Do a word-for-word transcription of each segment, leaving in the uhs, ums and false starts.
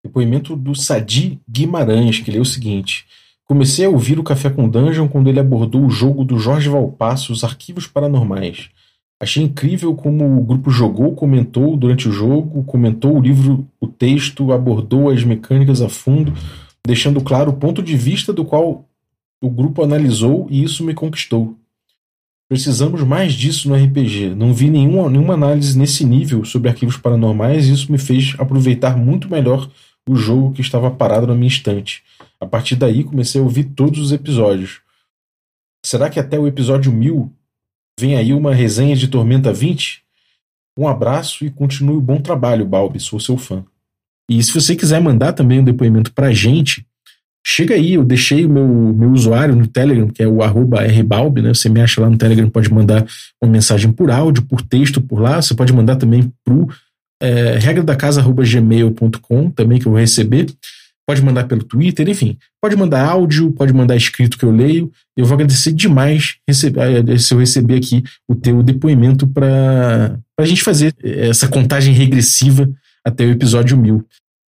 Depoimento do Sadi Guimarães, que lê o seguinte: comecei a ouvir o Café com Dungeon quando ele abordou o jogo do Jorge Valpasso, Os Arquivos Paranormais. Achei incrível como o grupo jogou, comentou durante o jogo, comentou o livro, o texto, abordou as mecânicas a fundo, deixando claro o ponto de vista do qual o grupo analisou, e isso me conquistou. Precisamos mais disso no R P G. Não vi nenhuma, nenhuma análise nesse nível sobre Arquivos Paranormais, e isso me fez aproveitar muito melhor o jogo que estava parado na minha estante. A partir daí comecei a ouvir todos os episódios. Será que até o episódio mil vem aí uma resenha de Tormenta vinte? Um abraço e continue o bom trabalho, Balbi, sou seu fã. E se você quiser mandar também um depoimento pra gente, chega aí, eu deixei o meu, meu usuário no Telegram, que é o arroba rbalbi, né? Você me acha lá no Telegram, pode mandar uma mensagem por áudio, por texto, por lá. Você pode mandar também pro é, regra da casa arroba gmail ponto com, também, que eu vou receber. Pode mandar pelo Twitter, enfim. Pode mandar áudio, pode mandar escrito que eu leio. Eu vou agradecer demais receber, se eu receber aqui o teu depoimento para a gente fazer essa contagem regressiva até o episódio mil.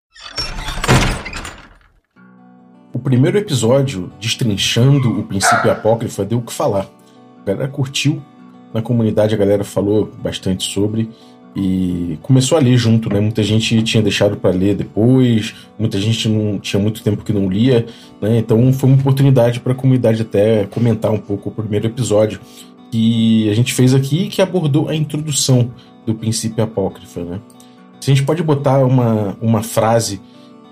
O primeiro episódio, destrinchando o princípio apócrifo, deu o que falar. A galera curtiu, na comunidade a galera falou bastante sobre e começou a ler junto, né? Muita gente tinha deixado para ler depois, muita gente não tinha muito tempo que não lia, né? Então foi uma oportunidade para a comunidade até comentar um pouco o primeiro episódio que a gente fez aqui, que abordou a introdução do princípio apócrifo, né? Se a gente pode botar uma, uma frase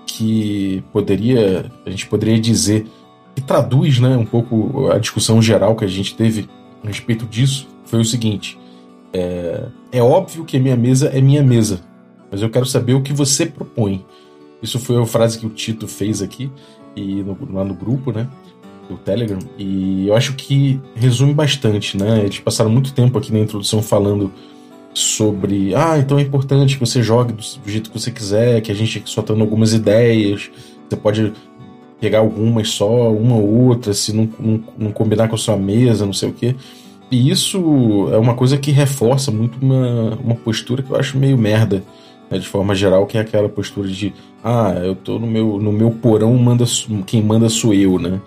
que poderia, a gente poderia dizer, que traduz, né, um pouco a discussão geral que a gente teve a respeito disso, foi o seguinte: é, é óbvio que a minha mesa é minha mesa, mas eu quero saber o que você propõe. Isso foi a frase que o Tito fez aqui e no, lá no grupo, né, do Telegram, e eu acho que resume bastante, né? Eles passaram muito tempo aqui na introdução falando sobre, ah, então é importante que você jogue do, do jeito que você quiser, que a gente aqui só tá dando algumas ideias, você pode pegar algumas só, uma ou outra, se não, não, não combinar com a sua mesa, não sei o quê. E isso é uma coisa que reforça muito uma, uma postura que eu acho meio merda, né, de forma geral, que é aquela postura de, ah, eu tô no meu, no meu porão, manda, quem manda sou eu, né,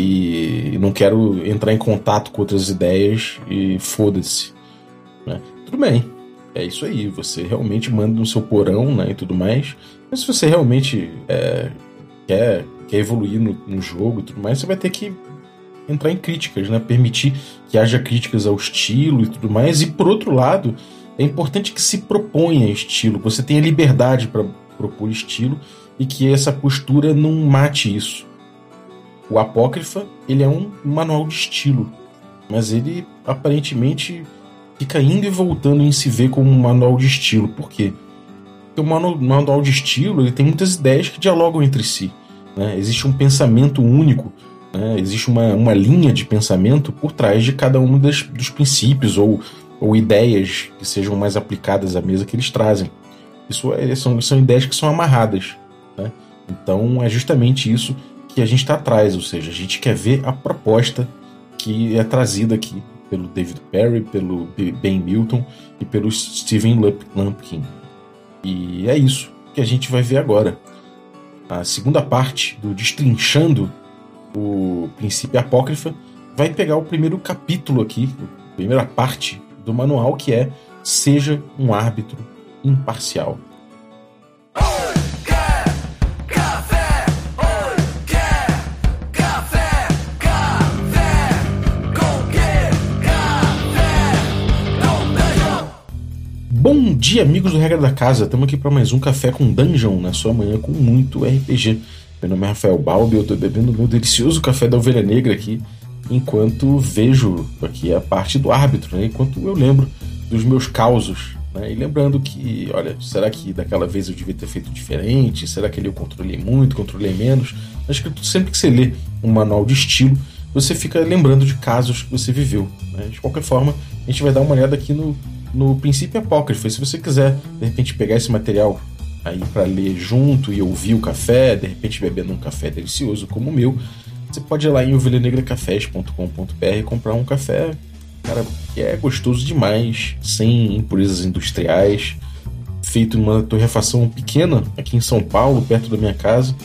e não quero entrar em contato com outras ideias e foda-se, né. Tudo bem, é isso aí, você realmente manda no seu porão, né, e tudo mais, mas se você realmente é, quer, quer evoluir no, no jogo e tudo mais, você vai ter que entrar em críticas, né, permitir que haja críticas ao estilo e tudo mais, e por outro lado, é importante que se proponha estilo, você tenha liberdade para propor estilo e que essa postura não mate isso. O Apócrifa, ele é um manual de estilo, mas ele aparentemente fica indo e voltando em se ver como um manual de estilo. Por quê? Porque o manual de estilo ele tem muitas ideias que dialogam entre si, né? Existe um pensamento único, né? Existe uma, uma linha de pensamento por trás de cada um das, dos princípios ou, ou ideias que sejam mais aplicadas à mesa que eles trazem. Isso é, são, são ideias que são amarradas, né? Então é justamente isso que a gente está atrás, ou seja, a gente quer ver a proposta que é trazida aqui pelo David Perry, pelo Ben Milton e pelo Steven Lumpkin. E é isso que a gente vai ver agora. A segunda parte do Destrinchando o Princípio Apócrifa vai pegar o primeiro capítulo aqui, a primeira parte do manual, que é Seja um Árbitro Imparcial. Bom dia, amigos do Regra da Casa. Estamos aqui para mais um Café com Dungeon na sua manhã com muito R P G. Meu nome é Rafael Balbi, eu estou bebendo meu delicioso café da Ovelha Negra aqui, enquanto vejo aqui a parte do árbitro, né? Enquanto eu lembro dos meus causos, né? E lembrando que, olha, será que daquela vez eu devia ter feito diferente? Será que ali eu controlei muito, controlei menos? Acho que sempre que você lê um manual de estilo, você fica lembrando de casos que você viveu, né? De qualquer forma, a gente vai dar uma olhada aqui no no Princípio Apócrifo. E se você quiser, de repente, pegar esse material aí para ler junto e ouvir o café, de repente bebendo um café delicioso como o meu, você pode ir lá em ovelha negra cafés ponto com ponto b r e comprar um café, cara, que é gostoso demais, sem impurezas industriais, feito numa torrefação pequena aqui em São Paulo, perto da minha casa.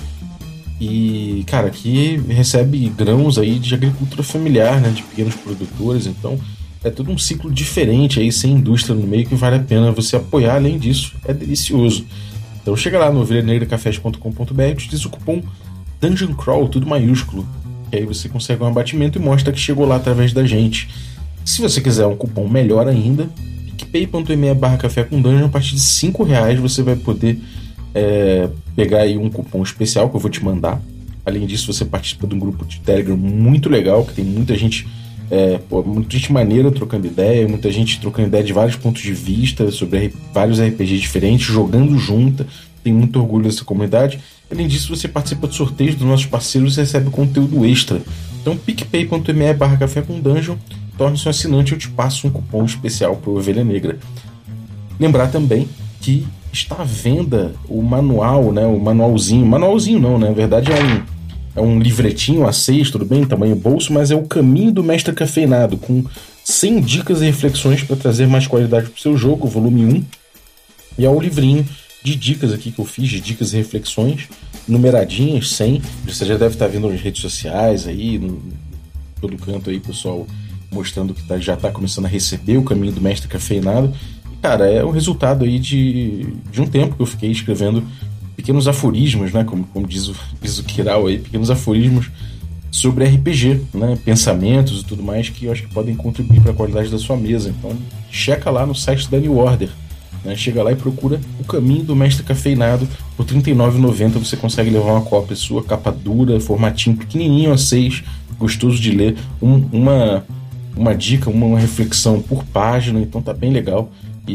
E, cara, aqui recebe grãos aí de agricultura familiar, né, de pequenos produtores. Então é todo um ciclo diferente aí, sem indústria no meio, que vale a pena você apoiar. Além disso, é delicioso. Então chega lá no ovelha negra cafés ponto com ponto b r, utiliza o cupom Dungeon Crawl, tudo maiúsculo, que aí você consegue um abatimento e mostra que chegou lá através da gente. Se você quiser um cupom melhor ainda, picpay.me barra café com dungeon, a partir de cinco reais você vai poder é, pegar aí um cupom especial que eu vou te mandar. Além disso, você participa de um grupo de Telegram muito legal, que tem muita gente, é, pô, muita gente maneira trocando ideia, muita gente trocando ideia de vários pontos de vista, sobre vários R P Gs diferentes, jogando junta. Tem muito orgulho dessa comunidade. Além disso, você participa de sorteios dos nossos parceiros e recebe conteúdo extra. Então, picpay.me barra café com dungeon, torne-se um assinante e eu te passo um cupom especial para o Ovelha Negra. Lembrar também que está à venda o manual, né, o manualzinho, manualzinho não, né, na verdade é um, é um livretinho A seis, tudo bem, tamanho bolso, mas é o Caminho do Mestre Cafeinado, com cem dicas e reflexões para trazer mais qualidade para o seu jogo, volume um, e é o livrinho de dicas aqui que eu fiz, de dicas e reflexões, numeradinhas, cem, você já deve estar vendo nas redes sociais aí, no todo canto aí, pessoal mostrando que tá, já está começando a receber o Caminho do Mestre Cafeinado. E, cara, é o resultado aí de, de um tempo que eu fiquei escrevendo pequenos aforismos, né, como, como diz, o, diz o Kiral aí, pequenos aforismos sobre R P G, né, pensamentos e tudo mais que eu acho que podem contribuir para a qualidade da sua mesa. Então, checa lá no site da New Order, né, chega lá e procura o Caminho do Mestre Cafeinado. Por trinta e nove reais e noventa centavos você consegue levar uma cópia sua, capa dura, formatinho pequenininho A seis, gostoso de ler, um, uma... uma dica, uma reflexão por página, então tá bem legal.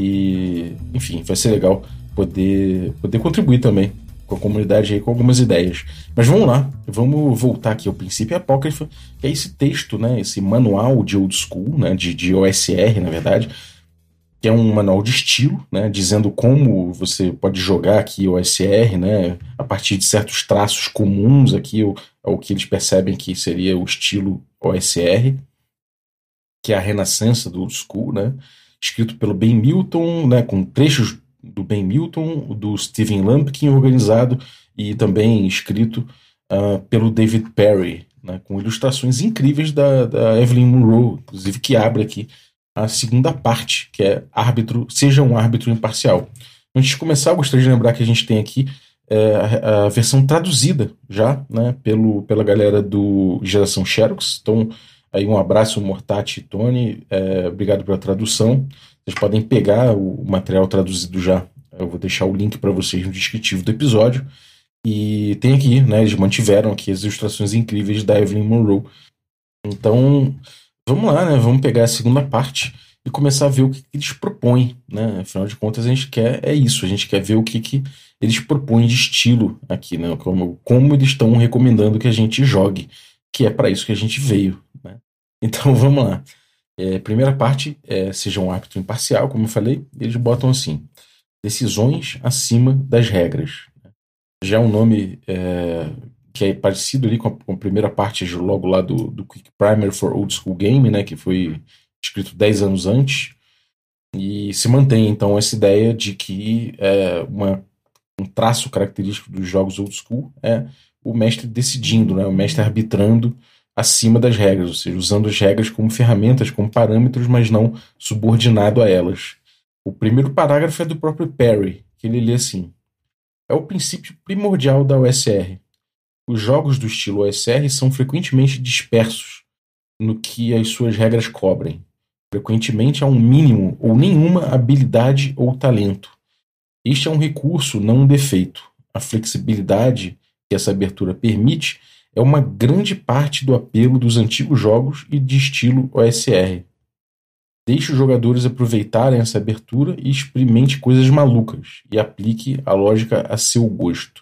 E, enfim, vai ser legal poder, poder contribuir também com a comunidade aí, com algumas ideias. Mas vamos lá, vamos voltar aqui ao Princípio Apócrifo, que é esse texto, né, esse manual de old school, né, de, de O S R, na verdade, que é um manual de estilo, né, dizendo como você pode jogar aqui O S R, né, a partir de certos traços comuns aqui, ou, ou que eles percebem que seria o estilo O S R, que é a renascença do old school, né? Escrito pelo Ben Milton, né? Com trechos do Ben Milton, do Steven Lumpkin organizado, e também escrito uh, pelo David Perry, né? Com ilustrações incríveis da, da Evelyn Monroe, inclusive, que abre aqui a segunda parte, que é árbitro, seja um árbitro imparcial. Antes de começar, eu gostaria de lembrar que a gente tem aqui é, a, a versão traduzida já, né? Pelo, pela galera do Geração Xerox. Então, aí um abraço, Mortati e Tony, é, obrigado pela tradução. Vocês podem pegar o material traduzido já, eu vou deixar o link para vocês no descritivo do episódio. E tem aqui, né, eles mantiveram aqui as ilustrações incríveis da Evelyn Monroe. Então, vamos lá, né, vamos pegar a segunda parte e começar a ver o que, que eles propõem, né? Afinal de contas, a gente quer, é isso, a gente quer ver o que, que eles propõem de estilo aqui, né? Como, como eles estão recomendando que a gente jogue, que é para isso que a gente veio, né? Então vamos lá. É, primeira parte é seja um árbitro imparcial, como eu falei, eles botam assim: decisões acima das regras. Já é um nome é, que é parecido ali com a, com a primeira parte logo lá do, do Quick Primer for Old School Game, né, que foi escrito dez anos antes, e se mantém então essa ideia de que é, uma, um traço característico dos jogos old school é o mestre decidindo, né, o mestre arbitrando acima das regras, ou seja, usando as regras como ferramentas, como parâmetros, mas não subordinado a elas. O primeiro parágrafo é do próprio Perry, que ele lê assim: é o princípio primordial da O S R. Os jogos do estilo O S R são frequentemente dispersos no que as suas regras cobrem. Frequentemente há um mínimo ou nenhuma habilidade ou talento. Este é um recurso, não um defeito. A flexibilidade que essa abertura permite é uma grande parte do apelo dos antigos jogos e de estilo O S R. Deixe os jogadores aproveitarem essa abertura e experimente coisas malucas e aplique a lógica a seu gosto.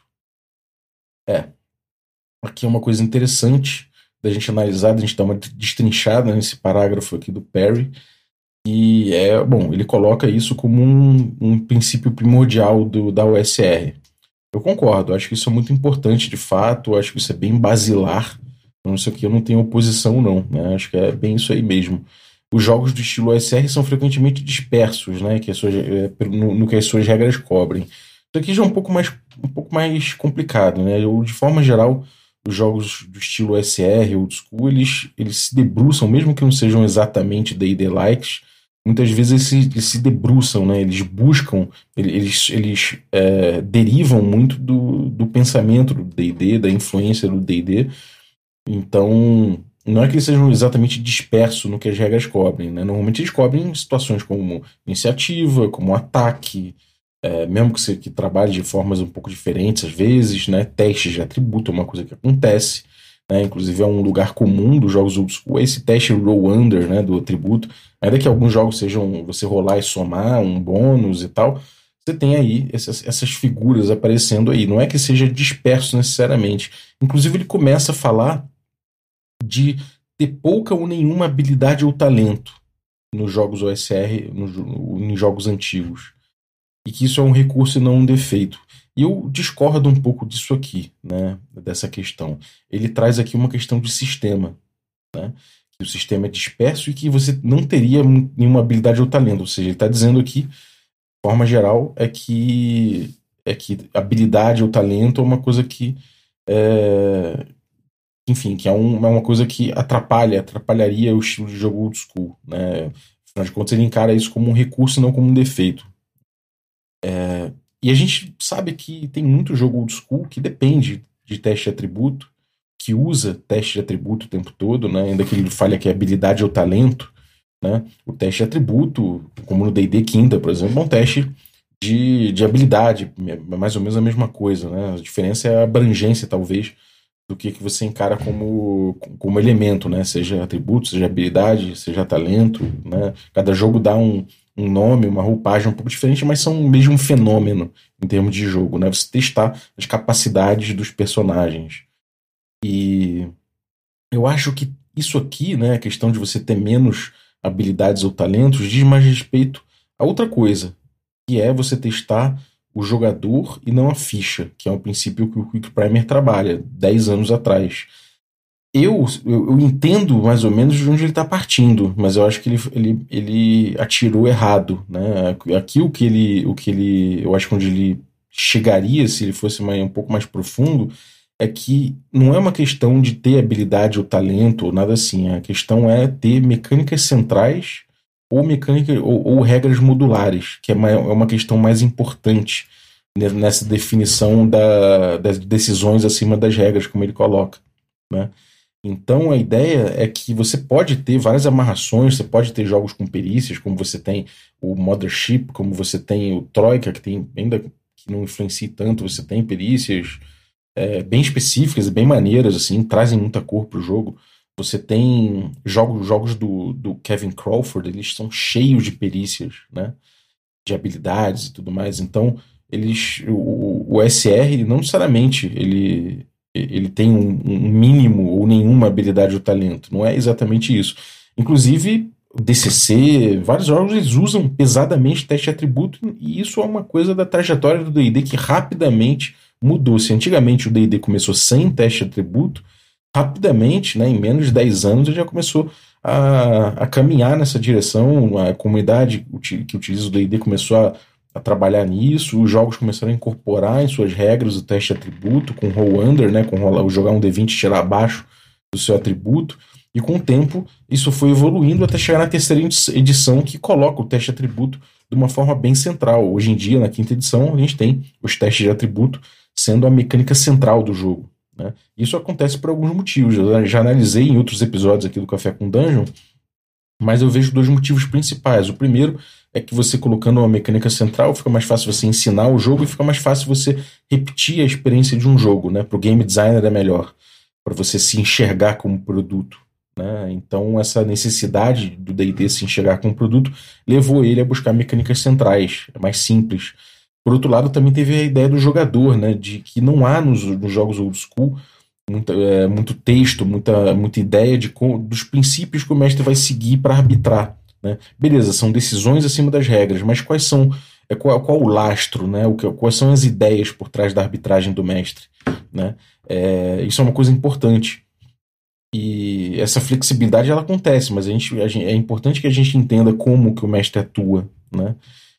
É, aqui é uma coisa interessante da gente analisar, da gente dar uma destrinchada nesse parágrafo aqui do Perry, e é, bom, ele coloca isso como um, um princípio primordial do, da O S R. Eu concordo, acho que isso é muito importante de fato, acho que isso é bem basilar, não sei o que, eu não tenho oposição não, né? Acho que é bem isso aí mesmo. os jogos do estilo O S R são frequentemente dispersos, né, que as suas, no, no que as suas regras cobrem. Isso aqui já é um pouco mais, um pouco mais complicado, né? Eu, de forma geral, os jogos do estilo O S R, Old School, eles, eles se debruçam, mesmo que não sejam exatamente D e D-likes, muitas vezes eles se, eles se debruçam, né? Eles buscam, eles, eles é, derivam muito do, do pensamento do D e D, da influência do D e D. Então, não é que eles sejam exatamente dispersos no que as regras cobrem, né? Normalmente eles cobrem situações como iniciativa, como ataque, é, mesmo que você que trabalhe de formas um pouco diferentes às vezes, né? Testes de atributo é uma coisa que acontece, né? Inclusive é um lugar comum dos jogos old school, esse teste roll under, né, do atributo. Ainda que alguns jogos sejam você rolar e somar um bônus e tal, você tem aí essas, essas figuras aparecendo aí. Não é que seja disperso necessariamente. Inclusive ele começa a falar de ter pouca ou nenhuma habilidade ou talento nos jogos O S R, no, em jogos antigos. E que isso é um recurso e não um defeito. E eu discordo um pouco disso aqui, né, dessa questão. Ele traz aqui uma questão de sistema, né, que o sistema é disperso e que você não teria nenhuma habilidade ou talento. Ou seja, ele está dizendo aqui, de forma geral, é que, é que habilidade ou talento é uma coisa que é, enfim, que é, um, é uma coisa que atrapalha, atrapalharia o estilo de jogo old school, né? Afinal de contas, ele encara isso como um recurso e não como um defeito. É, e a gente sabe que tem muito jogo old school que depende de teste de atributo, que usa teste de atributo o tempo todo, né? Ainda que ele fale que é habilidade ou talento, né? O teste de atributo, como no D e D Quinta, por exemplo, é um teste de, de habilidade, é mais ou menos a mesma coisa, né? A diferença é a abrangência, talvez, do que, que você encara como, como elemento, né? Seja atributo, seja habilidade, seja talento, né? Cada jogo dá um, um nome, uma roupagem um pouco diferente, mas são mesmo um fenômeno em termos de jogo, né? Você testar as capacidades dos personagens. E eu acho que isso aqui, né, a questão de você ter menos habilidades ou talentos, diz mais respeito a outra coisa, que é você testar o jogador e não a ficha, que é um princípio que o Quick Primer trabalha dez anos atrás. Eu, eu, eu entendo mais ou menos de onde ele está partindo, mas eu acho que ele, ele, ele atirou errado, né? Aqui o que ele, o que ele, eu acho que onde ele chegaria se ele fosse mais, um pouco mais profundo é que não é uma questão de ter habilidade ou talento ou nada assim. A questão é ter mecânicas centrais ou mecânica ou, ou regras modulares, que é uma, é uma questão mais importante nessa definição da, das decisões acima das regras, como ele coloca, né? Então a ideia é que você pode ter várias amarrações, você pode ter jogos com perícias, como você tem o Mothership, como você tem o Troika, que tem ainda que não influencia tanto, você tem perícias é, bem específicas e bem maneiras, assim, trazem muita cor pro jogo. Você tem jogos, jogos do, do Kevin Crawford, eles são cheios de perícias, né? De habilidades e tudo mais. Então, eles, o, o S R, não necessariamente ele, ele tem um, um mínimo ou nenhuma habilidade ou talento. Não é exatamente isso. Inclusive, o D C C, vários jogos, eles usam pesadamente teste de atributo, e isso é uma coisa da trajetória do D e D que rapidamente mudou. Se antigamente o D e D começou sem teste de atributo, rapidamente, né, em menos de dez anos, ele já começou a, a caminhar nessa direção. A comunidade que utiliza o D e D começou a, a trabalhar nisso, os jogos começaram a incorporar em suas regras o teste de atributo, com roll under, né, com rolar, jogar um D vinte e tirar abaixo do seu atributo, e com o tempo isso foi evoluindo até chegar na terceira edição, que coloca o teste de atributo de uma forma bem central. Hoje em dia, na quinta edição, a gente tem os testes de atributo sendo a mecânica central do jogo, né? Isso acontece por alguns motivos. Eu já analisei em outros episódios aqui do Café com Dungeon, mas eu vejo dois motivos principais. O primeiro é que você colocando uma mecânica central fica mais fácil você ensinar o jogo e fica mais fácil você repetir a experiência de um jogo, né? Para o game designer é melhor, para você se enxergar como produto, né? Então essa necessidade do D e D se enxergar como produto levou ele a buscar mecânicas centrais, é mais simples. Por outro lado, também teve a ideia do jogador, né, de que não há nos, nos jogos old school muita, é, muito texto, muita, muita ideia de, dos princípios que o mestre vai seguir para arbitrar, né? Beleza, são decisões acima das regras, mas quais são, é, qual, qual o lastro, né? O que, quais são as ideias por trás da arbitragem do mestre, né? É, isso é uma coisa importante. E essa flexibilidade ela acontece, mas a gente, a gente- é importante que a gente entenda como que o mestre atua, né?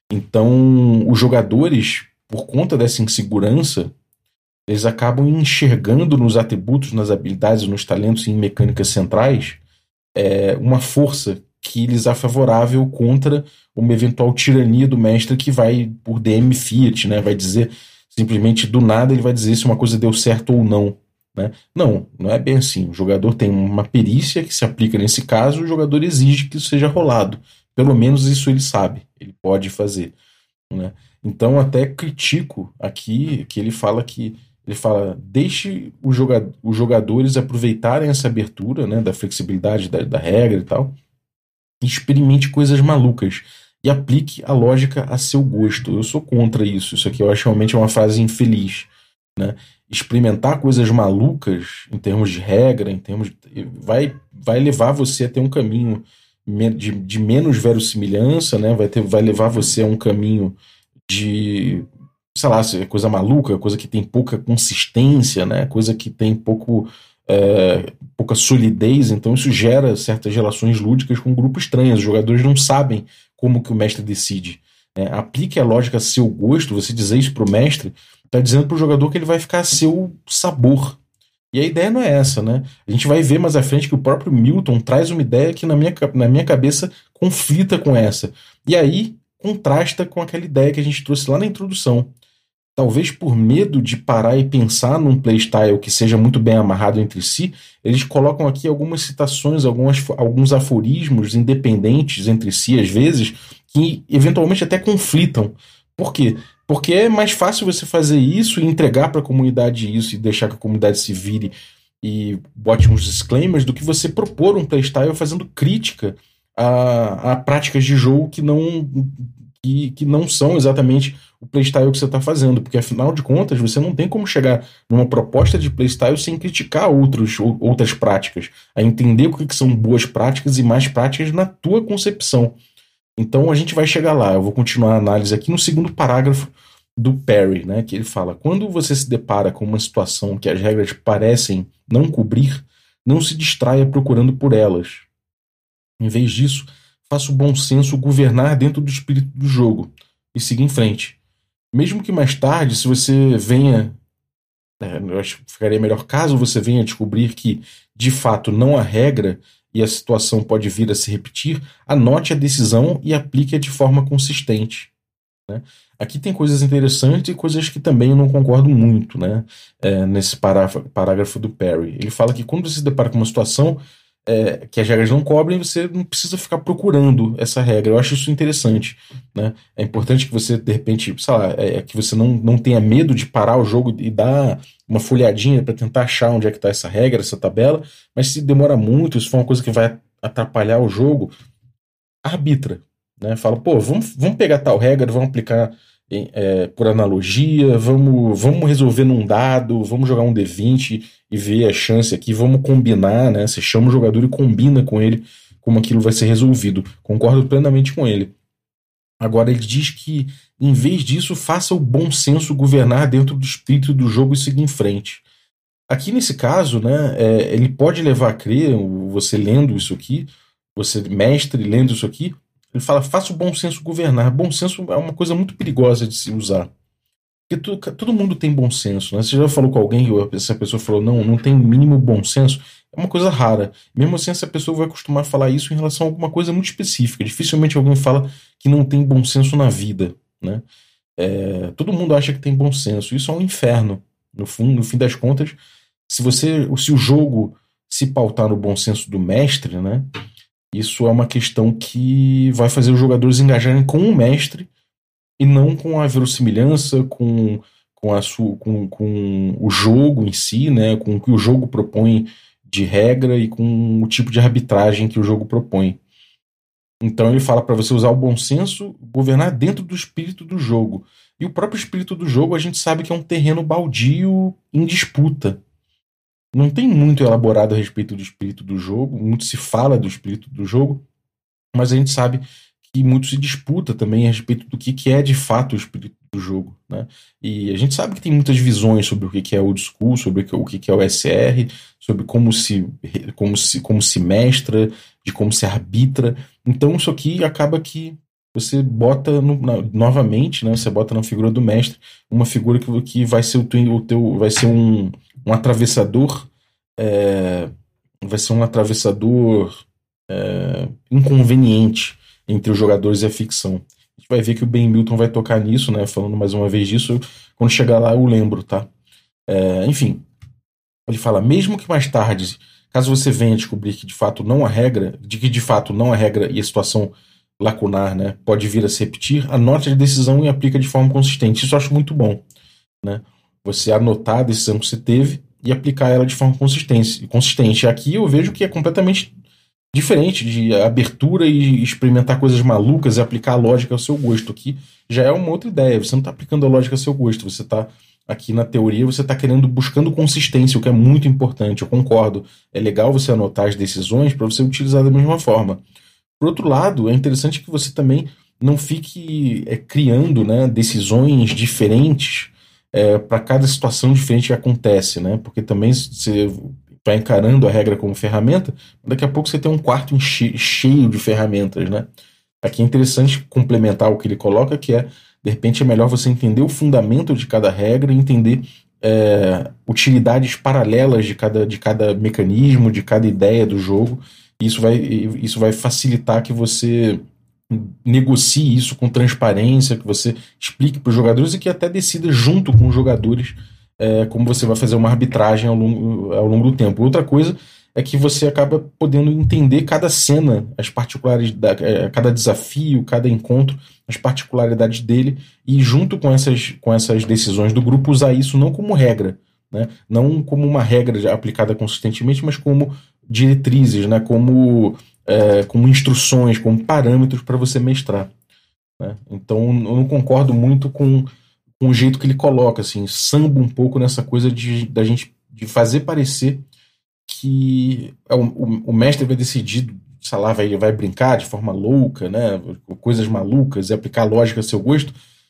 Então, os jogadores, por conta dessa insegurança, eles acabam enxergando nos atributos, nas habilidades, nos talentos e em mecânicas centrais é, uma força que lhes é favorável contra uma eventual tirania do mestre que vai por D M Fiat, né? Vai dizer simplesmente do nada ele vai dizer se uma coisa deu certo ou não. Né? Não, não é bem assim. O jogador tem uma perícia que se aplica nesse caso, o jogador exige que isso seja rolado. Pelo menos isso ele sabe, ele pode fazer. Né? Então até critico aqui que ele fala que ele fala deixe os joga os jogadores aproveitarem essa abertura, né, da flexibilidade da, da regra e tal, e experimente coisas malucas e aplique a lógica a seu gosto. Eu sou contra isso. Isso aqui eu acho realmente uma frase infeliz. Né? Experimentar coisas malucas em termos de regra, em termos de, vai, vai levar você a ter um caminho de, de menos verossimilhança, né? Vai ter, vai levar você a um caminho de, sei lá, coisa maluca, coisa que tem pouca consistência, né? Coisa que tem pouco, é, pouca solidez, então isso gera certas relações lúdicas com um grupo estranho. Os jogadores não sabem como que o mestre decide. Né? Aplique a lógica a seu gosto, você dizer isso para o mestre, está dizendo para o jogador que ele vai ficar a seu sabor. E a ideia não é essa, né? A gente vai ver mais à frente que o próprio Milton traz uma ideia que na minha, na minha cabeça conflita com essa. E aí contrasta com aquela ideia que a gente trouxe lá na introdução. Talvez por medo de parar e pensar num playstyle que seja muito bem amarrado entre si, eles colocam aqui algumas citações, algumas, alguns aforismos independentes entre si, às vezes, que eventualmente até conflitam. Por quê? Porque é mais fácil você fazer isso e entregar para a comunidade isso e deixar que a comunidade se vire e bote uns disclaimers do que você propor um playstyle fazendo crítica a, a práticas de jogo que não, que, que não são exatamente o playstyle que você está fazendo, porque afinal de contas você não tem como chegar numa proposta de playstyle sem criticar outros, outras práticas, a entender o que, que são boas práticas e más práticas na tua concepção. Então a gente vai chegar lá. Eu vou continuar a análise aqui no segundo parágrafo do Perry, né, que ele fala: quando você se depara com uma situação que as regras parecem não cobrir, não se distraia procurando por elas. Em vez disso, faça o bom senso governar dentro do espírito do jogo e siga em frente. Mesmo que mais tarde, se você venha, é, eu acho que ficaria melhor caso você venha descobrir que, de fato, não há regra e a situação pode vir a se repetir, anote a decisão e aplique-a de forma consistente. Né? Aqui tem coisas interessantes e coisas que também eu não concordo muito, né? É, nesse parágrafo, parágrafo do Perry. Ele fala que quando você se depara com uma situação é, que as regras não cobrem, você não precisa ficar procurando essa regra. Eu acho isso interessante. Né? É importante que você, de repente, sei lá, é, que você não, não tenha medo de parar o jogo e dar uma folhadinha para tentar achar onde é que está essa regra, essa tabela, mas se demora muito, se for uma coisa que vai atrapalhar o jogo, arbitra. Né? Fala, pô, vamos, vamos pegar tal regra, vamos aplicar em, é, por analogia, vamos, vamos resolver num dado, vamos jogar um D vinte e ver a chance aqui, vamos combinar, né? Você chama o jogador e combina com ele como aquilo vai ser resolvido. Concordo plenamente com ele. Agora ele diz que, em vez disso, faça o bom senso governar dentro do espírito do jogo e seguir em frente. Aqui nesse caso, né, é, ele pode levar a crer, você lendo isso aqui, você mestre lendo isso aqui, ele fala, faça o bom senso governar. Bom senso é uma coisa muito perigosa de se usar. Porque tu, todo mundo tem bom senso, né? Você já falou com alguém e essa pessoa falou, não, não tem o mínimo bom senso? É uma coisa rara. Mesmo assim, essa pessoa vai acostumar a falar isso em relação a alguma coisa muito específica. Dificilmente alguém fala que não tem bom senso na vida, né? É, todo mundo acha que tem bom senso. Isso é um inferno. No fim, no fim das contas, se você, se o jogo se pautar no bom senso do mestre, né? Isso é uma questão que vai fazer os jogadores engajarem com o mestre e não com a verossimilhança, com, com, a sua, com, com o jogo em si, né, com o que o jogo propõe de regra e com o tipo de arbitragem que o jogo propõe. Então ele fala para você usar o bom senso, governar dentro do espírito do jogo. E o próprio espírito do jogo a gente sabe que é um terreno baldio em disputa. Não tem muito elaborado a respeito do espírito do jogo, muito se fala do espírito do jogo, mas a gente sabe que muito se disputa também a respeito do que, que é de fato o espírito do jogo, né? E a gente sabe que tem muitas visões sobre o que é old school, sobre o que é o S R, sobre como se, como se, como se mestra, de como se arbitra. Então isso aqui acaba que você bota no, na, novamente, né? Você bota na figura do mestre uma figura que, que vai ser o teu, o teu vai ser um, um atravessador, é, vai ser um atravessador é, inconveniente entre os jogadores e a ficção. A gente vai ver que o Ben Milton vai tocar nisso, né? Falando mais uma vez disso, quando chegar lá eu lembro, tá? É, enfim, ele fala, mesmo que mais tarde, caso você venha descobrir que de fato não há regra, de que de fato não há regra e a situação lacunar, né, pode vir a se repetir, anote a decisão e aplica de forma consistente. Isso eu acho muito bom, né? Você anotar a decisão que você teve e aplicar ela de forma consistente. consistente. Aqui eu vejo que é completamente diferente de abertura e experimentar coisas malucas e aplicar a lógica ao seu gosto. Aqui já é uma outra ideia. Você não está aplicando a lógica ao seu gosto. Você está aqui na teoria, você está querendo, buscando consistência, o que é muito importante. Eu concordo. É legal você anotar as decisões para você utilizar da mesma forma. Por outro lado, é interessante que você também não fique é, criando, né, decisões diferentes é, para cada situação diferente que acontece, né? Porque também você vai encarando a regra como ferramenta, daqui a pouco você tem um quarto enche- cheio de ferramentas, né? Aqui é interessante complementar o que ele coloca, que é, de repente, é melhor você entender o fundamento de cada regra e entender é, utilidades paralelas de cada, de cada mecanismo, de cada ideia do jogo. Isso vai, isso vai facilitar que você negocie isso com transparência, que você explique para os jogadores e que até decida junto com os jogadores é, como você vai fazer uma arbitragem ao longo, ao longo do tempo. Outra coisa é que você acaba podendo entender cada cena, as particularidades, cada desafio, cada encontro, as particularidades dele e junto com essas, com essas decisões do grupo usar isso não como regra, né? Não como uma regra aplicada consistentemente, mas como diretrizes, né? como, é, como instruções, como parâmetros para você mestrar, né? Então eu não concordo muito com, com o jeito que ele coloca, assim, samba um pouco nessa coisa de, da gente de fazer parecer que o, o, o mestre vai decidir, sei lá, vai, vai brincar de forma louca, né? Coisas malucas e aplicar lógica a seu gosto.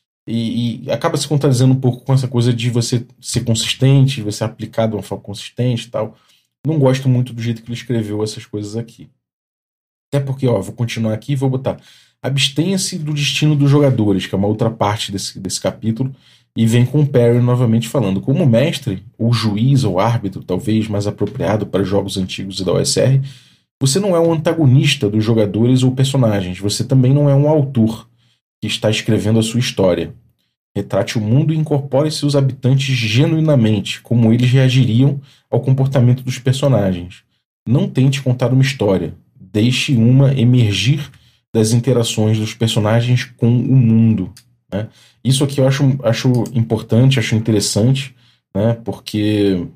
E, e acaba se contradizendo um pouco com essa coisa de você ser consistente, você aplicar de uma forma consistente e tal. Não gosto muito do jeito que ele escreveu essas coisas aqui. Até porque, ó, vou continuar aqui e vou botar abstenha-se do destino dos jogadores, que é uma outra parte desse, desse capítulo, e vem com o Perry novamente falando. Como mestre, ou juiz, ou árbitro, talvez mais apropriado para jogos antigos e da O S R, você não é um antagonista dos jogadores ou personagens, você também não é um autor que está escrevendo a sua história. Retrate o mundo e incorpore seus habitantes genuinamente, como eles reagiriam ao comportamento dos personagens. Não tente contar uma história, deixe uma emergir das interações dos personagens com o mundo, né? Isso aqui eu acho, acho importante, acho interessante, né? Porque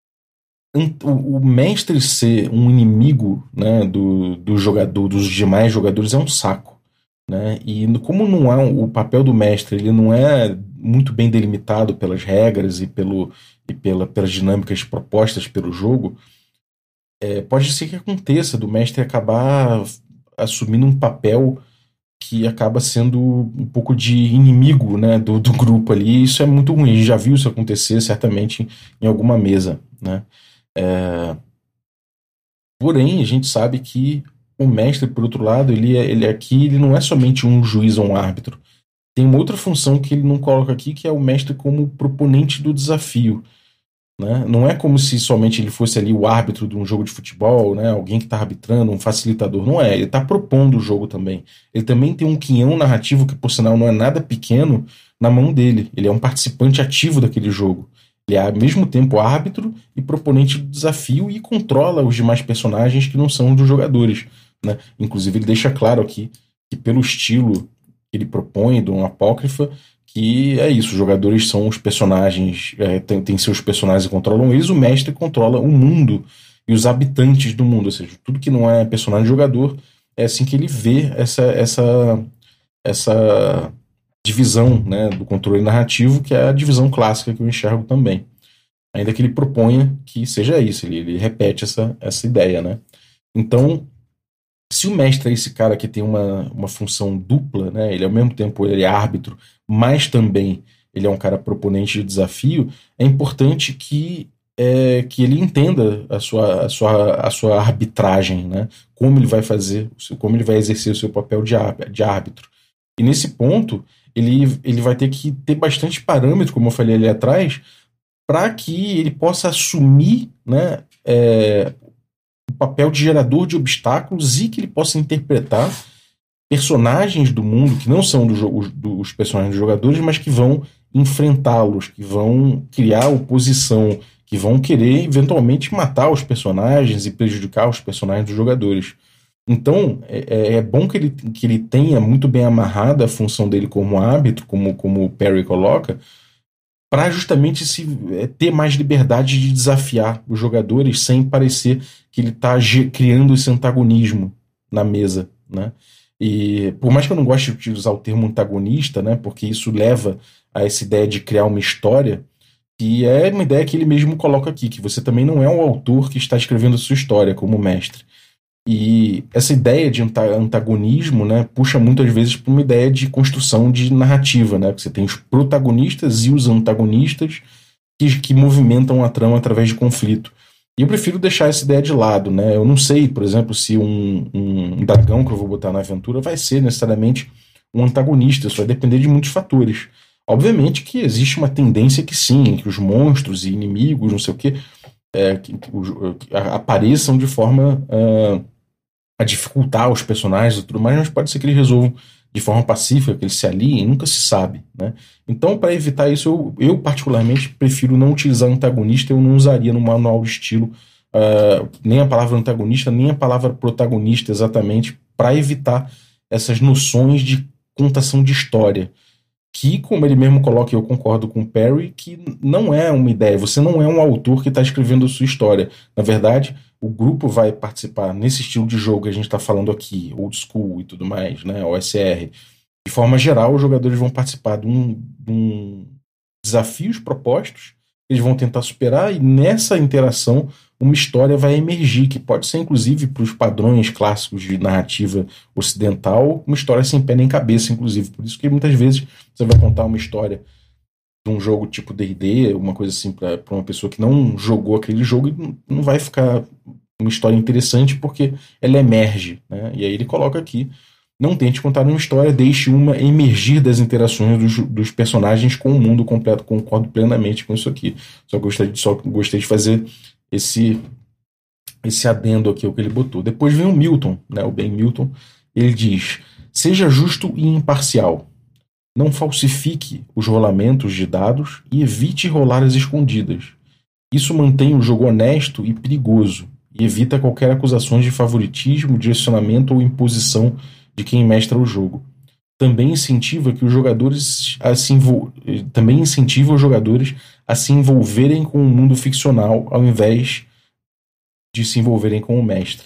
o mestre ser um inimigo, né, do, do jogador, dos demais jogadores é um saco, né? E como não há o papel do mestre, ele não é muito bem delimitado pelas regras e, pelo, e pela, pelas dinâmicas propostas pelo jogo, é, pode ser que aconteça do mestre acabar assumindo um papel que acaba sendo um pouco de inimigo, né, do, do grupo ali. Isso é muito ruim. A gente já viu isso acontecer certamente em alguma mesa, né? É... Porém, a gente sabe que o mestre, por outro lado, ele, é, ele aqui ele não é somente um juiz ou um árbitro. Tem uma outra função que ele não coloca aqui, que é o mestre como proponente do desafio, né? Não é como se somente ele fosse ali o árbitro de um jogo de futebol, né? Alguém que está arbitrando, um facilitador. Não é, ele está propondo o jogo também. Ele também tem um quinhão narrativo que, por sinal, não é nada pequeno na mão dele. Ele é um participante ativo daquele jogo. Ele é, ao mesmo tempo, árbitro e proponente do desafio e controla os demais personagens que não são dos jogadores, né? Inclusive, ele deixa claro aqui que, pelo estilo que ele propõe de um apócrifa, que é isso, os jogadores são os personagens, é, tem, tem seus personagens que controlam eles, o mestre controla o mundo e os habitantes do mundo, ou seja, tudo que não é personagem jogador, é assim que ele vê essa, essa, essa divisão, né, do controle narrativo, que é a divisão clássica que eu enxergo também. Ainda que ele proponha que seja isso, ele, ele repete essa, essa ideia, né? Então, se o mestre é esse cara que tem uma, uma função dupla, né, ele ao mesmo tempo ele é árbitro, mas também ele é um cara proponente de desafio, é importante que, é, que ele entenda a sua, a, sua, a sua arbitragem, né? Como ele vai fazer, como ele vai exercer o seu papel de, de árbitro. E nesse ponto, ele, ele vai ter que ter bastante parâmetro, como eu falei ali atrás, para que ele possa assumir, né, é, o papel de gerador de obstáculos e que ele possa interpretar personagens do mundo que não são do jogo, dos personagens dos jogadores, mas que vão enfrentá-los, que vão criar oposição, que vão querer eventualmente matar os personagens e prejudicar os personagens dos jogadores. Então, é, é bom que ele, que ele tenha muito bem amarrada a função dele como árbitro, como, como o Perry coloca, para justamente se, é, ter mais liberdade de desafiar os jogadores sem parecer que ele está criando esse antagonismo na mesa, né? E por mais que eu não goste de usar o termo antagonista, né, porque isso leva a essa ideia de criar uma história, que é uma ideia que ele mesmo coloca aqui, que você também não é um autor que está escrevendo a sua história como mestre. E essa ideia de antagonismo, né, puxa muitas vezes para uma ideia de construção de narrativa, né, que você tem os protagonistas e os antagonistas que, que movimentam a trama através de conflito. E eu prefiro deixar essa ideia de lado, né? Eu não sei, por exemplo, se um, um dragão que eu vou botar na aventura vai ser necessariamente um antagonista, isso vai depender de muitos fatores. Obviamente que existe uma tendência que sim, que os monstros e inimigos, não sei o quê, é, que, que, que apareçam de forma uh, a dificultar os personagens e tudo mais, mas pode ser que eles resolvam de forma pacífica, que eles se aliem, nunca se sabe, né? Então, para evitar isso, eu, eu particularmente prefiro não utilizar antagonista, eu não usaria no manual de estilo uh, nem a palavra antagonista, nem a palavra protagonista exatamente, para evitar essas noções de contação de história, que, como ele mesmo coloca, e eu concordo com o Perry, que não é uma ideia, você não é um autor que está escrevendo a sua história. Na verdade, o grupo vai participar nesse estilo de jogo que a gente está falando aqui, old school e tudo mais, né, O S R. De forma geral, os jogadores vão participar de um, de um desafios propostos, eles vão tentar superar, e nessa interação uma história vai emergir, que pode ser inclusive para os padrões clássicos de narrativa ocidental, uma história sem pé nem cabeça, inclusive. Por isso que muitas vezes você vai contar uma história de um jogo tipo D e D, uma coisa assim, para uma pessoa que não jogou aquele jogo, e não vai ficar uma história interessante porque ela emerge, né? E aí ele coloca aqui: não tente contar uma história, deixe uma emergir das interações dos, dos personagens com o mundo completo. Concordo plenamente com isso aqui. Só gostei de, só gostei de fazer esse, esse adendo aqui ao que ele botou. Depois vem o Milton, né, o Ben Milton. Ele diz: seja justo e imparcial. Não falsifique os rolamentos de dados e evite rolar as escondidas. Isso mantém o jogo honesto e perigoso e evita qualquer acusação de favoritismo, direcionamento ou imposição de quem mestra o jogo. Também incentiva que os jogadores a se envol... também incentiva os jogadores a se envolverem com o mundo ficcional ao invés de se envolverem com o mestre.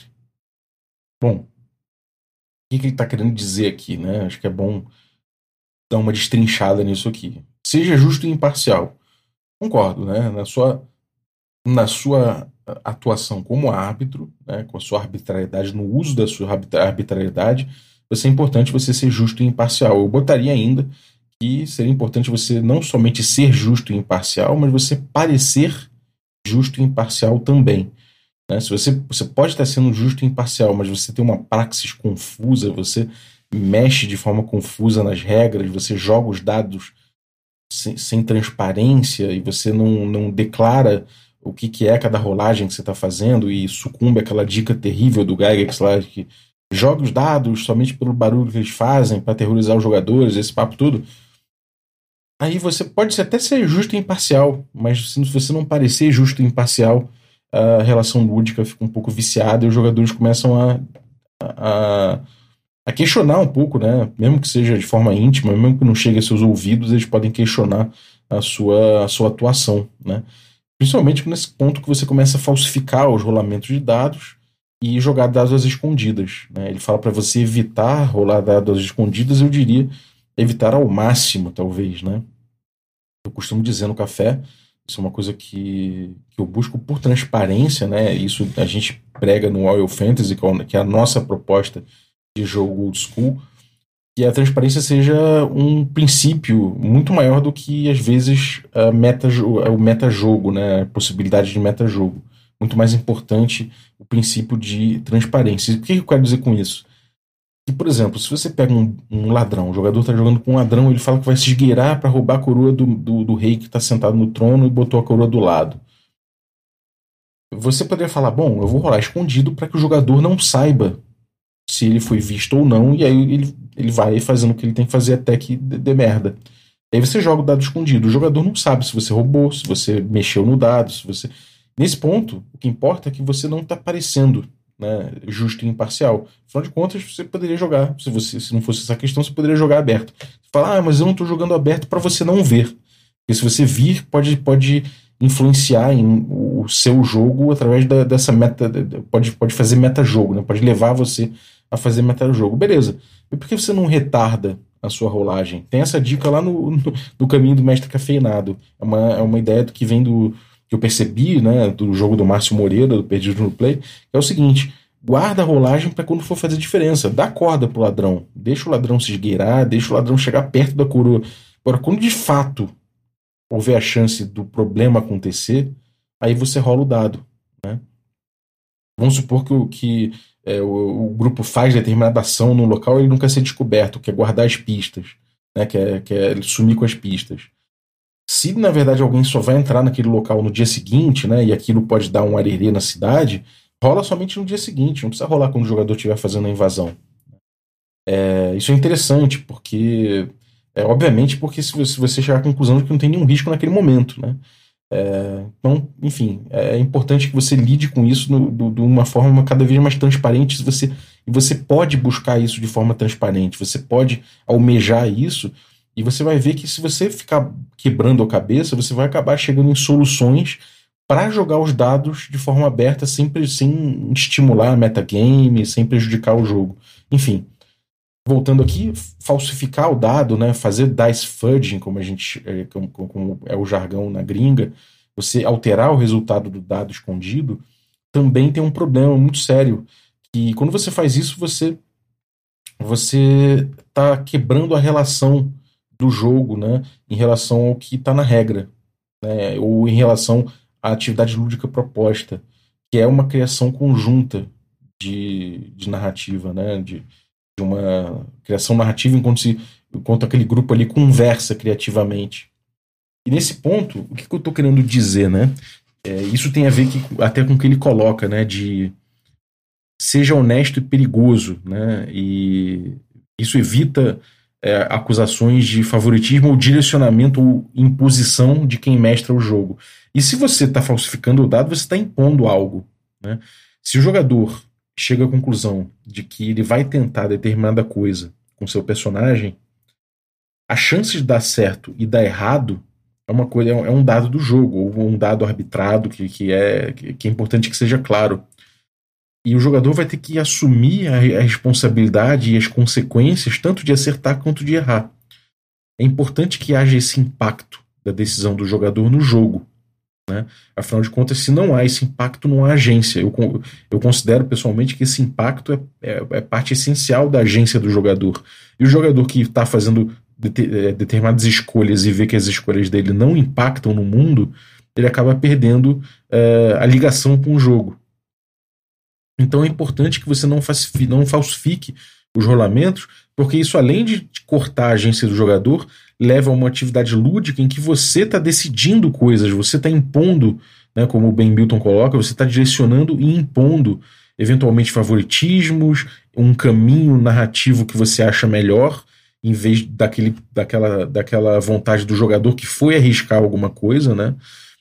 Bom, o que, que ele está querendo dizer aqui, né? Acho que é bom dar uma destrinchada nisso aqui. Seja justo e imparcial. Concordo, né? Na sua, na sua atuação como árbitro, né? Com a sua arbitrariedade, no uso da sua arbitrariedade, vai ser importante você ser justo e imparcial. Eu botaria ainda que seria importante você não somente ser justo e imparcial, mas você parecer justo e imparcial também. Né? Se você, você pode estar sendo justo e imparcial, mas você tem uma praxis confusa, você mexe de forma confusa nas regras, você joga os dados sem, sem transparência e você não, não declara o que, que é cada rolagem que você está fazendo e sucumbe àquela dica terrível do Gygax lá, que joga os dados somente pelo barulho que eles fazem para aterrorizar os jogadores, esse papo todo. Aí você pode até ser justo e imparcial, mas se você não parecer justo e imparcial, a relação lúdica fica um pouco viciada e os jogadores começam a, a, a questionar um pouco, né? Mesmo que seja de forma íntima, mesmo que não chegue a seus ouvidos, eles podem questionar a sua, a sua atuação, né? Principalmente nesse ponto que você começa a falsificar os rolamentos de dados e jogar dados às escondidas, né? Ele fala para você evitar rolar dados às escondidas, eu diria evitar ao máximo, talvez, né? Eu costumo dizer no café, isso é uma coisa que, que eu busco por transparência, né? Isso a gente prega no Royal Fantasy, que é a nossa proposta de jogo old school. que a transparência seja um princípio muito maior do que, às vezes, a meta, o metajogo, né? A possibilidade de metajogo. Muito mais importante o princípio de transparência. O que eu quero dizer com isso? Que, por exemplo, se você pega um, um ladrão, o jogador está jogando com um ladrão, ele fala que vai se esgueirar para roubar a coroa do, do, do rei que está sentado no trono e botou a coroa do lado. Você poderia falar, bom, eu vou rolar escondido para que o jogador não saiba se ele foi visto ou não, e aí ele, ele vai fazendo o que ele tem que fazer até que dê, dê merda. Aí você joga o dado escondido. O jogador não sabe se você roubou, se você mexeu no dado, se você... Nesse ponto, o que importa é que você não está parecendo, né, justo e imparcial. Afinal de contas, você poderia jogar. Se, você, se não fosse essa questão, você poderia jogar aberto. Você fala, ah, mas eu não estou jogando aberto para você não ver. Porque se você vir, pode, pode influenciar em o seu jogo através da, dessa meta. Pode, pode fazer meta-jogo, né? Pode levar você a fazer meta-jogo. Beleza. E por que você não retarda a sua rolagem? Tem essa dica lá no, no, no caminho do mestre cafeinado. É uma, é uma ideia do que vem do... que eu percebi, né, do jogo do Márcio Moreira, do Perdido no Play, que é o seguinte: guarda a rolagem para quando for fazer diferença. Dá corda pro ladrão. Deixa o ladrão se esgueirar, deixa o ladrão chegar perto da coroa. Agora, quando de fato houver a chance do problema acontecer, aí você rola o dado, né? Vamos supor que, o, que é, o, o grupo faz determinada ação no local e ele não quer ser descoberto, quer guardar as pistas, né, quer, quer sumir com as pistas. Se, na verdade, alguém só vai entrar naquele local no dia seguinte, né, e aquilo pode dar um arerê na cidade, rola somente no dia seguinte, não precisa rolar quando o jogador estiver fazendo a invasão. É, isso é interessante, porque... É, obviamente, porque se você, se você chegar à conclusão de que não tem nenhum risco naquele momento, né? É, então, enfim, é importante que você lide com isso no, do, de uma forma cada vez mais transparente. Se você, e você pode buscar isso de forma transparente, você pode almejar isso, e você vai ver que se você ficar quebrando a cabeça, você vai acabar chegando em soluções para jogar os dados de forma aberta, sempre sem estimular a metagame, sem prejudicar o jogo. Enfim, voltando aqui, falsificar o dado, né, fazer dice fudging, como a gente, é, como, como é o jargão na gringa, você alterar o resultado do dado escondido, também tem um problema muito sério, que quando você faz isso, você você está quebrando a relação do jogo, né, em relação ao que está na regra, né, ou em relação à atividade lúdica proposta, que é uma criação conjunta de, de narrativa, né, de, de uma criação narrativa enquanto, se, enquanto aquele grupo ali conversa criativamente. E nesse ponto, o que, que eu estou querendo dizer, né? É, isso tem a ver que, até com o que ele coloca, né, de seja honesto e perigoso, né? E isso evita é, acusações de favoritismo ou direcionamento ou imposição de quem mestra o jogo. E se você está falsificando o dado, você está impondo algo, né? Se o jogador chega à conclusão de que ele vai tentar determinada coisa com seu personagem, a chance de dar certo e dar errado é uma coisa, é um dado do jogo, ou um dado arbitrado que, que, é, que é importante que seja claro. E o jogador vai ter que assumir a, a responsabilidade e as consequências tanto de acertar quanto de errar. É importante que haja esse impacto da decisão do jogador no jogo, né? Afinal de contas, se não há esse impacto, não há agência. Eu, eu considero pessoalmente que esse impacto é, é, é parte essencial da agência do jogador. E o jogador que está fazendo determinadas escolhas e vê que as escolhas dele não impactam no mundo, ele acaba perdendo uh, a ligação com o jogo. Então é importante que você não, falsifique, não falsifique os rolamentos, porque isso, além de cortar a agência do jogador, leva a uma atividade lúdica em que você está decidindo coisas, você está impondo, né, como o Ben Milton coloca, você está direcionando e impondo eventualmente favoritismos, um caminho narrativo que você acha melhor, em vez daquele, daquela, daquela vontade do jogador que foi arriscar alguma coisa, né?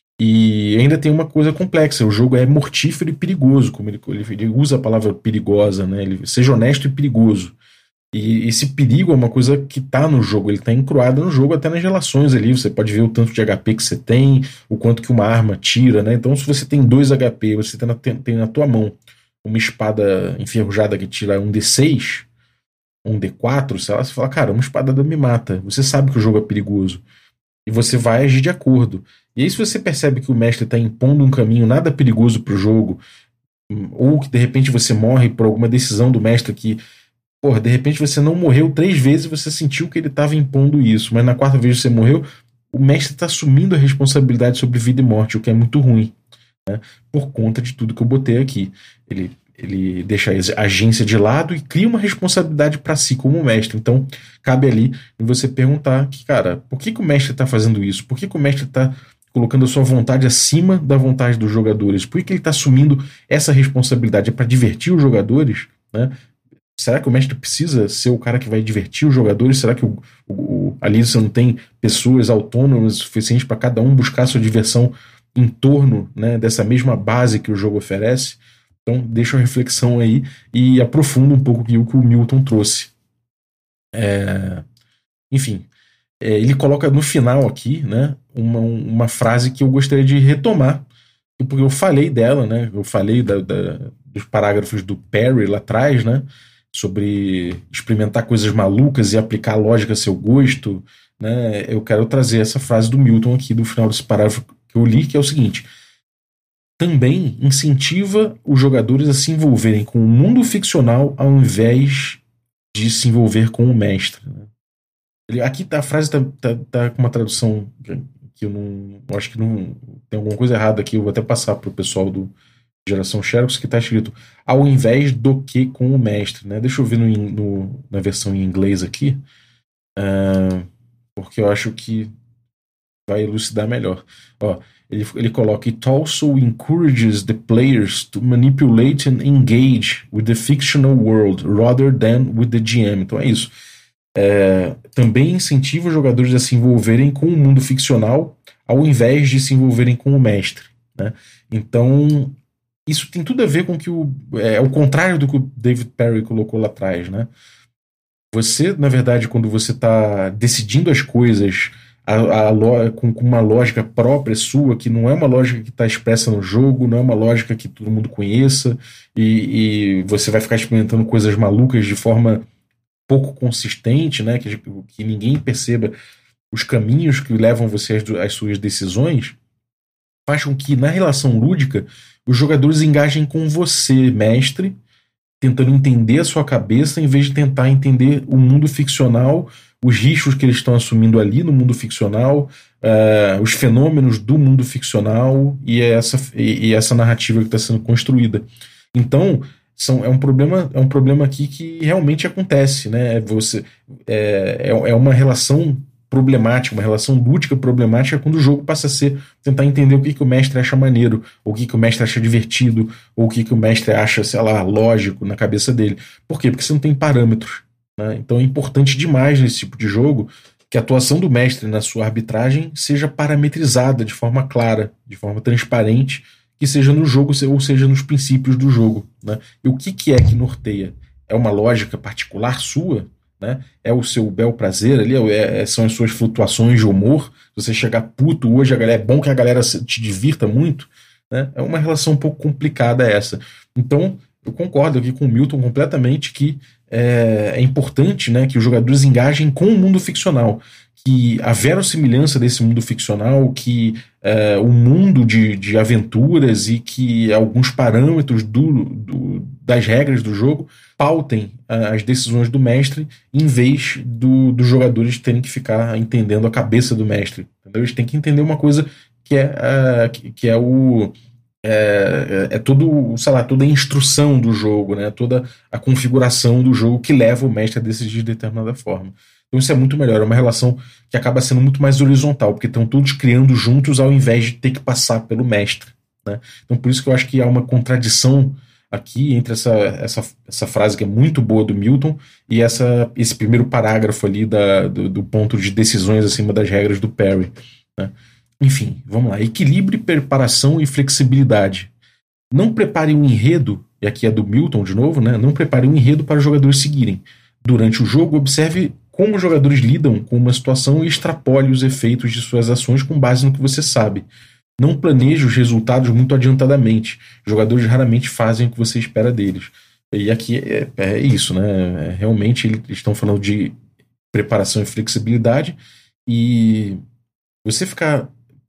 E ainda tem uma coisa complexa, o jogo é mortífero e perigoso, como ele, ele, ele usa a palavra perigosa, né? Ele, seja honesto e perigoso. E esse perigo é uma coisa que está no jogo, ele está encruado no jogo, até nas relações ali, você pode ver o tanto de H P que você tem, o quanto que uma arma tira, né? Então se você tem dois H P, você tem na, tem na tua mão uma espada enferrujada que tira um D seis, um D quatro, sei lá, você fala, cara, uma espadada me mata. Você sabe que o jogo é perigoso. E você vai agir de acordo. E aí, se você percebe que o mestre está impondo um caminho nada perigoso para o jogo, ou que de repente você morre por alguma decisão do mestre que porra, de repente você não morreu três vezes e você sentiu que ele estava impondo isso, mas na quarta vez que você morreu, o mestre está assumindo a responsabilidade sobre vida e morte, o que é muito ruim, né? Por conta de tudo que eu botei aqui. Ele, ele deixa a agência de lado e cria uma responsabilidade para si como mestre. Então, cabe ali você perguntar que, cara, por que, que o mestre está fazendo isso? Por que, que o mestre está colocando a sua vontade acima da vontade dos jogadores? Por que, que ele está assumindo essa responsabilidade? É para divertir os jogadores, né? Será que o mestre precisa ser o cara que vai divertir os jogadores? Será que o, o, o, ali você não tem pessoas autônomas o suficiente para cada um buscar sua diversão em torno, né, dessa mesma base que o jogo oferece? Então, deixa uma reflexão aí e aprofunda um pouco o que o Milton trouxe. É, enfim, é, ele coloca no final aqui, né, uma, uma frase que eu gostaria de retomar, porque eu falei dela, né, eu falei da, da, dos parágrafos do Perry lá atrás, né, sobre experimentar coisas malucas e aplicar a lógica a seu gosto, né? Eu quero trazer essa frase do Milton aqui do final desse parágrafo que eu li, que é o seguinte: também incentiva os jogadores a se envolverem com o mundo ficcional ao invés de se envolver com o mestre, né? Ele, aqui tá, a frase tá, tá, tá com uma tradução que eu não eu acho que não tem alguma coisa errada aqui, eu vou até passar pro pessoal do Geração Xerox, que está escrito ao invés do que com o mestre, né? Deixa eu ver no, no, na versão em inglês aqui, uh, porque eu acho que vai elucidar melhor. Ó, ele, ele coloca: It also encourages the players to manipulate and engage with the fictional world rather than with the G M. Então é isso. É, também incentiva os jogadores a se envolverem com o mundo ficcional ao invés de se envolverem com o mestre, né? Então isso tem tudo a ver com que o é, o contrário do que o David Perry colocou lá atrás, né? Você, na verdade, quando você está decidindo as coisas a, a, com, com uma lógica própria sua, que não é uma lógica que está expressa no jogo, não é uma lógica que todo mundo conheça, e, e você vai ficar experimentando coisas malucas de forma pouco consistente, né? Que, que ninguém perceba os caminhos que levam você às, às suas decisões, faz com que, na relação lúdica, os jogadores engajem com você, mestre, tentando entender a sua cabeça, em vez de tentar entender o mundo ficcional, os riscos que eles estão assumindo ali no mundo ficcional, uh, os fenômenos do mundo ficcional e essa, e, e essa narrativa que está sendo construída. Então, são, é, um problema, é um problema aqui que realmente acontece, né? Você, é, é uma relação problemática, uma relação lúdica problemática, quando o jogo passa a ser tentar entender o que, que o mestre acha maneiro, ou o que, que o mestre acha divertido, ou o que, que o mestre acha, sei lá, lógico na cabeça dele. Por quê? Porque você não tem parâmetros, né? Então é importante demais nesse tipo de jogo que a atuação do mestre na sua arbitragem seja parametrizada de forma clara, de forma transparente, que seja no jogo ou seja nos princípios do jogo, né? E o que, que é que norteia? É uma lógica particular sua? Né? É o seu bel prazer ali, é, são as suas flutuações de humor. Se você chegar puto hoje, a galera, é bom que a galera te divirta muito, né? É uma relação um pouco complicada essa. Então, eu concordo aqui com o Milton completamente que é, é importante, né, que os jogadores engajem com o mundo ficcional, que a verossimilhança desse mundo ficcional, que é, o mundo de, de aventuras e que alguns parâmetros do, do, das regras do jogo pautem as decisões do mestre, em vez do, dos jogadores terem que ficar entendendo a cabeça do mestre. Entendeu? Eles têm que entender uma coisa que é, uh, que, que é o é, é todo, sei lá, toda a instrução do jogo, né? Toda a configuração do jogo que leva o mestre a decidir de determinada forma. Então isso é muito melhor, é uma relação que acaba sendo muito mais horizontal, porque estão todos criando juntos ao invés de ter que passar pelo mestre, né? Então por isso que eu acho que há uma contradição aqui entre essa, essa, essa frase que é muito boa do Milton e essa, esse primeiro parágrafo ali da, do, do ponto de decisões acima das regras do Perry, né? Enfim, vamos lá. Equilíbrio, preparação e flexibilidade. Não prepare um enredo, e aqui é do Milton de novo, né? Não prepare um enredo para os jogadores seguirem. Durante o jogo, observe como os jogadores lidam com uma situação e extrapole os efeitos de suas ações com base no que você sabe. Não planeje os resultados muito adiantadamente. Os jogadores raramente fazem o que você espera deles. E aqui é, é isso, né? É, realmente eles estão falando de preparação e flexibilidade, e você ficar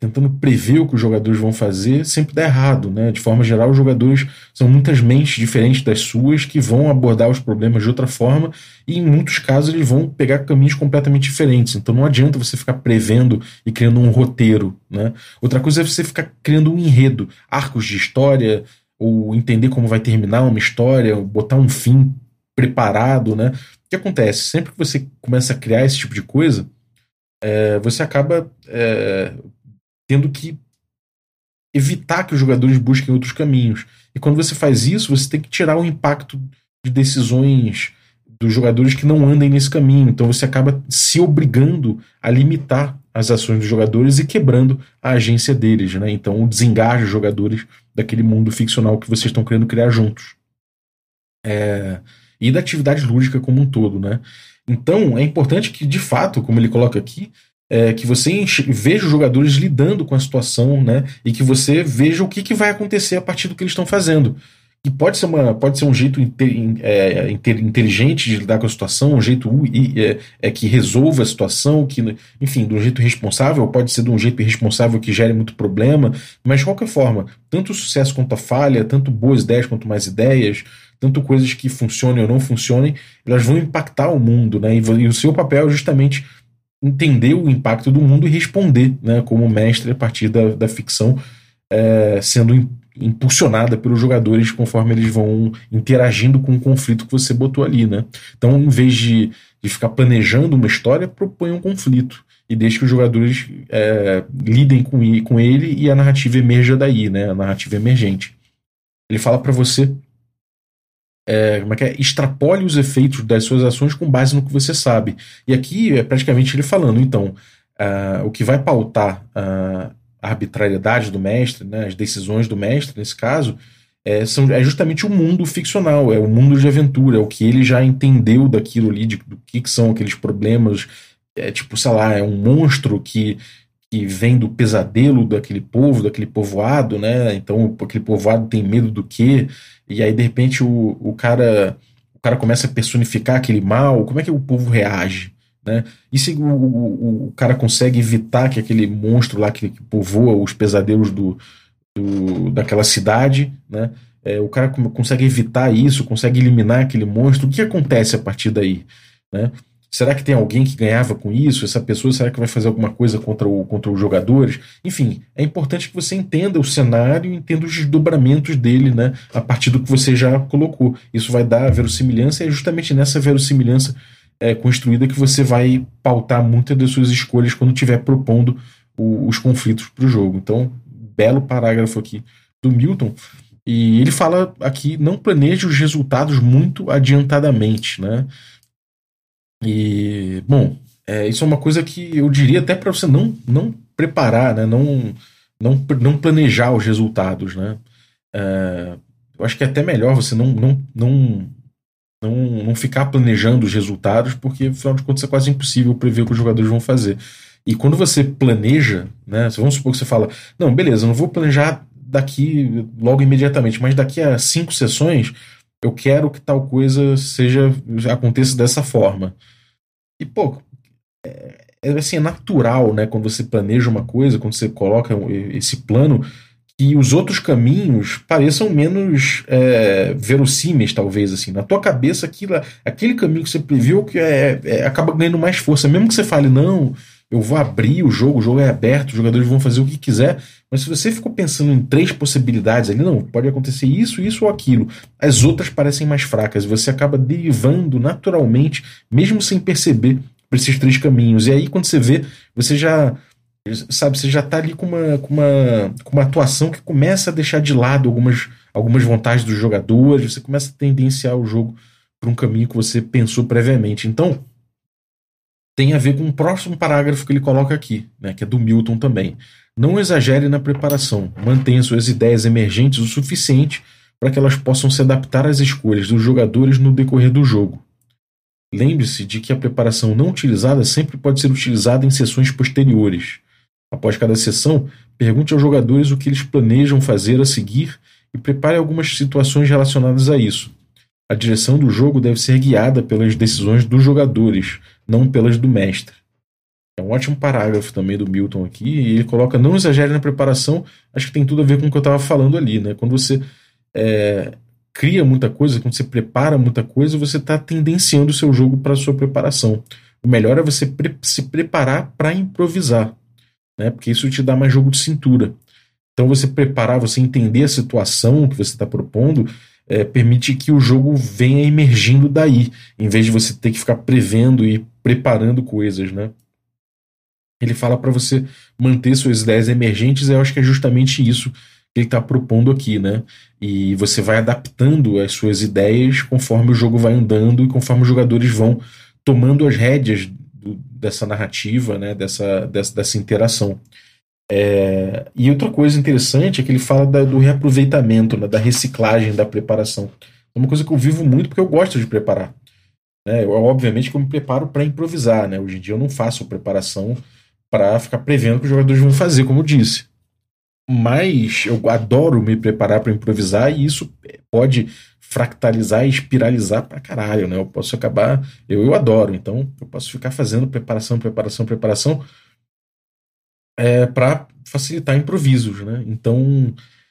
tentando prever o que os jogadores vão fazer, sempre dá errado, né? De forma geral, os jogadores são muitas mentes diferentes das suas que vão abordar os problemas de outra forma e, em muitos casos, eles vão pegar caminhos completamente diferentes. Então não adianta você ficar prevendo e criando um roteiro, né? Outra coisa é você ficar criando um enredo, arcos de história, ou entender como vai terminar uma história, ou botar um fim preparado, né? O que acontece? Sempre que você começa a criar esse tipo de coisa, é, você acaba é, tendo que evitar que os jogadores busquem outros caminhos. E quando você faz isso, você tem que tirar o impacto de decisões dos jogadores que não andem nesse caminho. Então você acaba se obrigando a limitar as ações dos jogadores e quebrando a agência deles, né? Então desengaja os jogadores daquele mundo ficcional que vocês estão querendo criar juntos. É... E da atividade lúdica como um todo, né? Então é importante que, de fato, como ele coloca aqui, é, que você veja os jogadores lidando com a situação, né? E que você veja o que, que vai acontecer a partir do que eles estão fazendo. E pode ser, uma, pode ser um jeito inte, é, inteligente de lidar com a situação, um jeito é, é, que resolva a situação, que, enfim, de um jeito responsável, pode ser de um jeito irresponsável que gere muito problema, mas de qualquer forma, tanto o sucesso quanto a falha, tanto boas ideias quanto más ideias, tanto coisas que funcionem ou não funcionem, elas vão impactar o mundo, né? E, e o seu papel é justamente entender o impacto do mundo e responder, né, como mestre a partir da, da ficção, é, sendo impulsionada pelos jogadores conforme eles vão interagindo com o conflito que você botou ali, né? Então, em vez de, de ficar planejando uma história, propõe um conflito e deixe que os jogadores é, lidem com, com ele e a narrativa emerja daí, né? A narrativa emergente. Ele fala para você É, como é que é? Extrapole os efeitos das suas ações com base no que você sabe. E aqui é praticamente ele falando, então, uh, o que vai pautar uh, a arbitrariedade do mestre, né, as decisões do mestre, nesse caso, é, são, é justamente o mundo ficcional, é o mundo de aventura, é o que ele já entendeu daquilo ali, de, do que, que são aqueles problemas, é tipo, sei lá, é um monstro que que vem do pesadelo daquele povo, daquele povoado, né? Então aquele povoado tem medo do quê? E aí de repente o, o cara o cara começa a personificar aquele mal. Como é que o povo reage, né? E se o, o, o cara consegue evitar que aquele monstro lá que, que povoa os pesadelos do, do, daquela cidade, né? É, o cara consegue evitar isso, consegue eliminar aquele monstro. O que acontece a partir daí, né? Será que tem alguém que ganhava com isso? Essa pessoa, será que vai fazer alguma coisa contra, o, contra os jogadores? Enfim, é importante que você entenda o cenário e entenda os desdobramentos dele, né, a partir do que você já colocou. Isso vai dar verossimilhança e é justamente nessa verossimilhança é, construída que você vai pautar muitas das suas escolhas quando estiver propondo o, os conflitos para o jogo. Então, belo parágrafo aqui do Milton. E ele fala aqui, não planeje os resultados muito adiantadamente, né? E, bom, é, isso é uma coisa que eu diria até para você não, não preparar, né? não, não, não planejar os resultados, né? É, eu acho que é até melhor você não, não, não, não, não ficar planejando os resultados, porque, afinal de contas, é quase impossível prever o que os jogadores vão fazer. E quando você planeja, né? Vamos supor que você fala, não, beleza, eu não vou planejar daqui logo imediatamente, mas daqui a cinco sessões eu quero que tal coisa seja aconteça dessa forma. E, pô, é, é, assim, é natural, né, quando você planeja uma coisa, quando você coloca esse plano, que os outros caminhos pareçam menos é, verossímeis, talvez, assim. Na tua cabeça, aquilo, aquele caminho que você previu que é, é, acaba ganhando mais força. Mesmo que você fale, não, eu vou abrir o jogo, o jogo é aberto, os jogadores vão fazer o que quiser, mas se você ficou pensando em três possibilidades ali, não, pode acontecer isso, isso ou aquilo, as outras parecem mais fracas, você acaba derivando naturalmente, mesmo sem perceber, para esses três caminhos. E aí, quando você vê, você já, sabe, você já está ali com uma, com, uma, com uma atuação que começa a deixar de lado algumas, algumas vontades dos jogadores, você começa a tendenciar o jogo para um caminho que você pensou previamente. Então, tem a ver com o próximo parágrafo que ele coloca aqui, né, que é do Milton também. Não exagere na preparação, mantenha suas ideias emergentes o suficiente para que elas possam se adaptar às escolhas dos jogadores no decorrer do jogo. Lembre-se de que a preparação não utilizada sempre pode ser utilizada em sessões posteriores. Após cada sessão, pergunte aos jogadores o que eles planejam fazer a seguir e prepare algumas situações relacionadas a isso. A direção do jogo deve ser guiada pelas decisões dos jogadores, não pelas do mestre. É um ótimo parágrafo também do Milton aqui, e ele coloca: não exagere na preparação. Acho que tem tudo a ver com o que eu estava falando ali, né? Quando você é, cria muita coisa, quando você prepara muita coisa, você está tendenciando o seu jogo para a sua preparação. O melhor é você pre se preparar para improvisar, né? Porque isso te dá mais jogo de cintura. Então você preparar, você entender a situação que você está propondo, é, permite que o jogo venha emergindo daí, em vez de você ter que ficar prevendo e preparando coisas, né? Ele fala para você manter suas ideias emergentes, e eu acho que é justamente isso que ele está propondo aqui, né? E você vai adaptando as suas ideias conforme o jogo vai andando e conforme os jogadores vão tomando as rédeas do, dessa narrativa, né? Dessa, dessa, dessa interação. É, e outra coisa interessante é que ele fala da, do reaproveitamento, né? Da reciclagem da preparação. É uma coisa que eu vivo muito porque eu gosto de preparar. Né? Eu, obviamente que eu me preparo para improvisar, né? Hoje em dia eu não faço preparação para ficar prevendo o que os jogadores vão fazer, como eu disse. Mas eu adoro me preparar para improvisar, e isso pode fractalizar e espiralizar pra caralho, né? Eu posso acabar. Eu, eu adoro, então eu posso ficar fazendo preparação, preparação, preparação é, para facilitar improvisos, né? Então.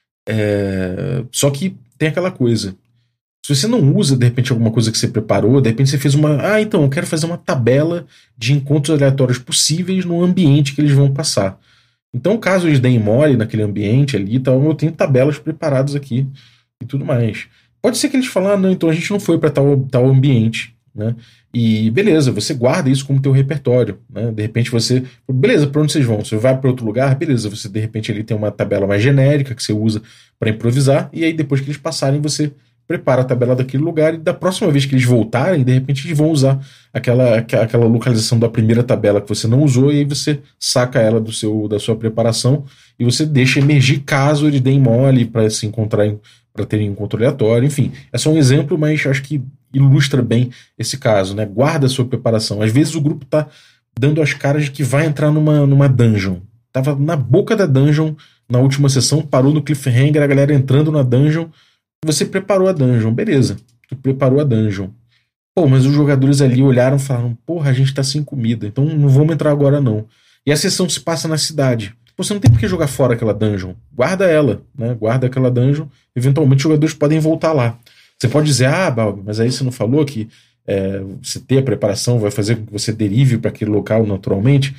É... Só que tem aquela coisa. Se você não usa, de repente, alguma coisa que você preparou, de repente você fez uma. Ah, então, eu quero fazer uma tabela de encontros aleatórios possíveis no ambiente que eles vão passar. Então, caso eles deem mole naquele ambiente ali e tal, eu tenho tabelas preparadas aqui e tudo mais. Pode ser que eles falem: ah, não, então a gente não foi para tal, tal ambiente, né? E beleza, você guarda isso como teu repertório, né? De repente você. Beleza, para onde vocês vão? Você vai para outro lugar? Beleza, você de repente ali tem uma tabela mais genérica que você usa para improvisar, e aí depois que eles passarem, você prepara a tabela daquele lugar, e da próxima vez que eles voltarem, de repente eles vão usar aquela, aquela localização da primeira tabela que você não usou, e aí você saca ela do seu, da sua preparação e você deixa emergir caso eles deem mole para se encontrar, para terem encontro aleatório. Enfim, é só um exemplo, mas acho que ilustra bem esse caso, né? Guarda a sua preparação. Às vezes o grupo tá dando as caras de que vai entrar numa, numa dungeon. Tava na boca da dungeon na última sessão, parou no cliffhanger, a galera entrando na dungeon. Você preparou a dungeon, beleza. Tu preparou a dungeon. Pô, mas os jogadores ali olharam e falaram: porra, a gente tá sem comida, então não vamos entrar agora não. E a sessão se passa na cidade. Pô, você não tem por que jogar fora aquela dungeon. Guarda ela, né? Guarda aquela dungeon. Eventualmente os jogadores podem voltar lá. Você pode dizer: ah, Balbi, mas aí você não falou que é, você ter a preparação vai fazer com que você derive para aquele local naturalmente?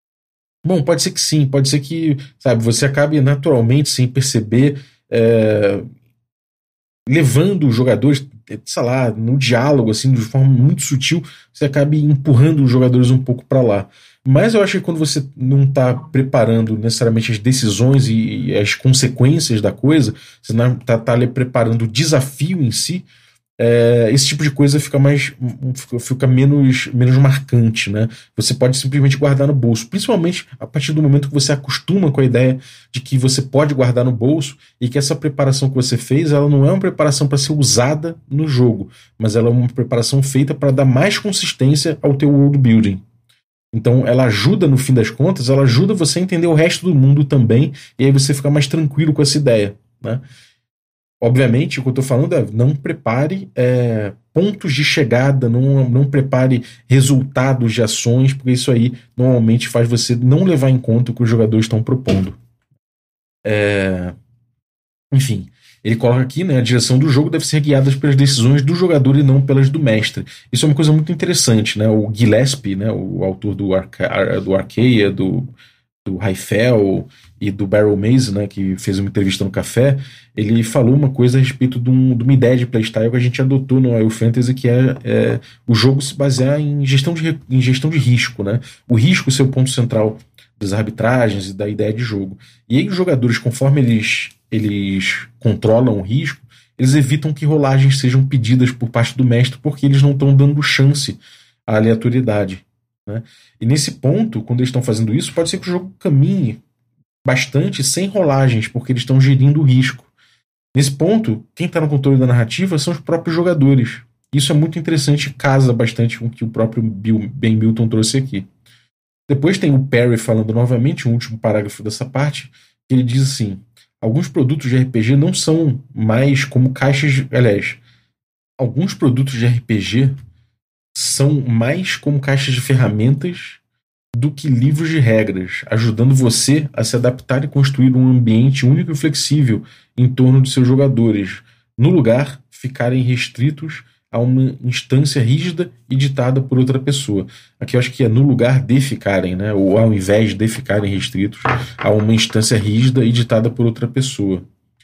Bom, pode ser que sim. Pode ser que, sabe, você acabe naturalmente, sem perceber, é, levando os jogadores, sei lá, no diálogo, assim, de forma muito sutil, você acabe empurrando os jogadores um pouco para lá. Mas eu acho que quando você não está preparando necessariamente as decisões e, e as consequências da coisa, você não está tá ali preparando o desafio em si, é, esse tipo de coisa fica mais fica menos, menos marcante, né? Você pode simplesmente guardar no bolso, principalmente a partir do momento que você acostuma com a ideia de que você pode guardar no bolso, e que essa preparação que você fez, ela não é uma preparação para ser usada no jogo, mas ela é uma preparação feita para dar mais consistência ao teu world building. Então ela ajuda, no fim das contas, ela ajuda você a entender o resto do mundo também, e aí você fica mais tranquilo com essa ideia, né? Obviamente, o que eu estou falando é: não prepare é, pontos de chegada, não, não prepare resultados de ações, porque isso aí normalmente faz você não levar em conta o que os jogadores estão propondo. É, enfim, ele coloca aqui, né, a direção do jogo deve ser guiada pelas decisões do jogador e não pelas do mestre. Isso é uma coisa muito interessante, né? O Gillespie, né, o autor do, Arca do Arcaia, do, do Hyfel e do Barrel Maze, né, que fez uma entrevista no Café, ele falou uma coisa a respeito de, um, de uma ideia de playstyle que a gente adotou no Wild Fantasy, que é, é o jogo se basear em gestão, de, em gestão de risco, né? O risco ser o ponto central das arbitragens e da ideia de jogo. E aí os jogadores, conforme eles, eles controlam o risco, eles evitam que rolagens sejam pedidas por parte do mestre, porque eles não estão dando chance à aleatoriedade, né? E nesse ponto, quando eles estão fazendo isso, pode ser que o jogo caminhe bastante sem rolagens, porque eles estão gerindo o risco. Nesse ponto, quem está no controle da narrativa são os próprios jogadores. Isso é muito interessante e casa bastante com o que o próprio Bill, Ben Milton trouxe aqui. Depois tem o Perry falando novamente, o último parágrafo dessa parte, que ele diz assim: alguns produtos de R P G não são mais como caixas de... Aliás, alguns produtos de R P G são mais como caixas de ferramentas do que livros de regras, ajudando você a se adaptar e construir um ambiente único e flexível em torno de seus jogadores, no lugar ficarem restritos a uma instância rígida e ditada por outra pessoa. Aqui eu acho que é no lugar de ficarem, né? Ou ao invés de ficarem restritos a uma instância rígida e ditada por outra pessoa.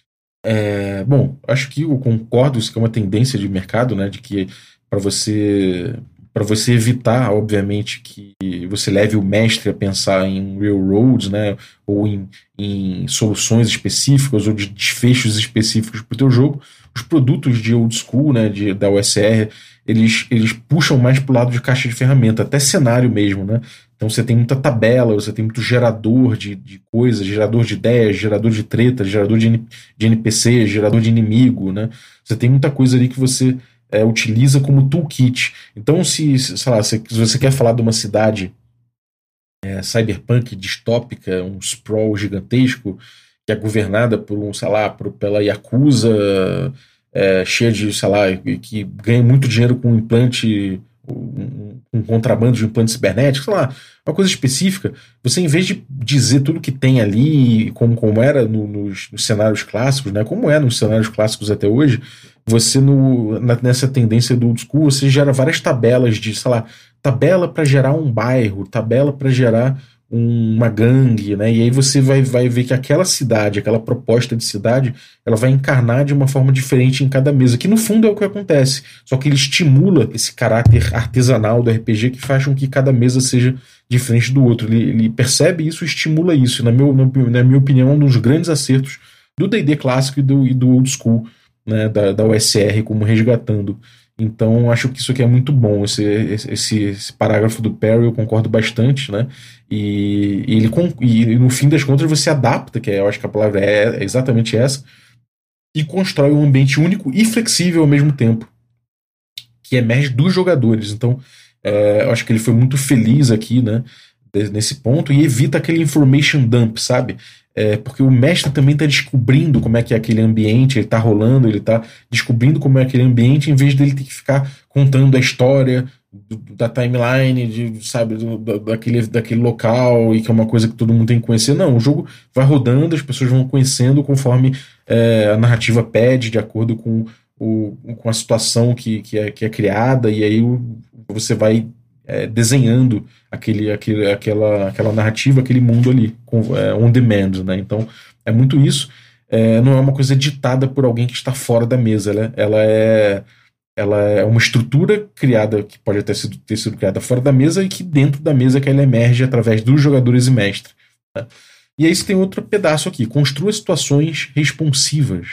É, bom, acho que eu concordo, isso que é uma tendência de mercado, né? De que para você para você evitar, obviamente, que você leve o mestre a pensar em railroads, né? Ou em, em soluções específicas ou de desfechos específicos para o teu jogo, os produtos de old school, né, de, da O S R, eles, eles puxam mais para o lado de caixa de ferramenta, até cenário mesmo, né? Então você tem muita tabela, você tem muito gerador de, de coisas, gerador de ideias, gerador de treta, gerador de, de N P C, gerador de inimigo, né? Você tem muita coisa ali que você é, utiliza como toolkit. Então, se, sei lá, se, se você quer falar de uma cidade é, cyberpunk distópica, um sprawl gigantesco, que é governada por um, sei lá, por, pela Yakuza, é, cheia de, sei lá, que ganha muito dinheiro com implante, um, um contrabando de implante cibernético, sei lá, uma coisa específica, você, em vez de dizer tudo que tem ali, como, como era no, nos, nos cenários clássicos, né, como é nos cenários clássicos até hoje, você, no, na, nessa tendência do old school, você gera várias tabelas de, sei lá, tabela para gerar um bairro, tabela para gerar uma gangue, né? E aí você vai, vai ver que aquela cidade, aquela proposta de cidade, ela vai encarnar de uma forma diferente em cada mesa, que no fundo é o que acontece, só que ele estimula esse caráter artesanal do R P G que faz com que cada mesa seja diferente do outro. Ele, ele percebe isso, estimula isso. Na, meu, na, na minha opinião, é um dos grandes acertos do D e D clássico e do, e do old school, né? Da, da O S R, como resgatando. Então, acho que isso aqui é muito bom, esse, esse, esse parágrafo do Perry, eu concordo bastante, né? E, e, ele, e no fim das contas você adapta, que é, eu acho que a palavra é, é exatamente essa, e constrói um ambiente único e flexível ao mesmo tempo, que emerge dos jogadores. Então, é, eu acho que ele foi muito feliz aqui, né? Nesse ponto, e evita aquele information dump, sabe? É, porque o mestre também está descobrindo como é que é aquele ambiente, ele está rolando, ele está descobrindo como é aquele ambiente, em vez dele ter que ficar contando a história do, da timeline, de, sabe, do, daquele, daquele local, e que é uma coisa que todo mundo tem que conhecer. Não, o jogo vai rodando, as pessoas vão conhecendo conforme é, a narrativa pede, de acordo com, o, com a situação que, que, é, que é criada, e aí você vai É, desenhando aquele, aquele, aquela, aquela narrativa, aquele mundo ali, com, é, on demand, né? Então é muito isso. É, não é uma coisa ditada por alguém que está fora da mesa, né? Ela é, ela é uma estrutura criada, que pode até sido, ter sido criada fora da mesa, e que dentro da mesa que ela emerge através dos jogadores e mestre, né? E aí você tem outro pedaço aqui: construa situações responsivas.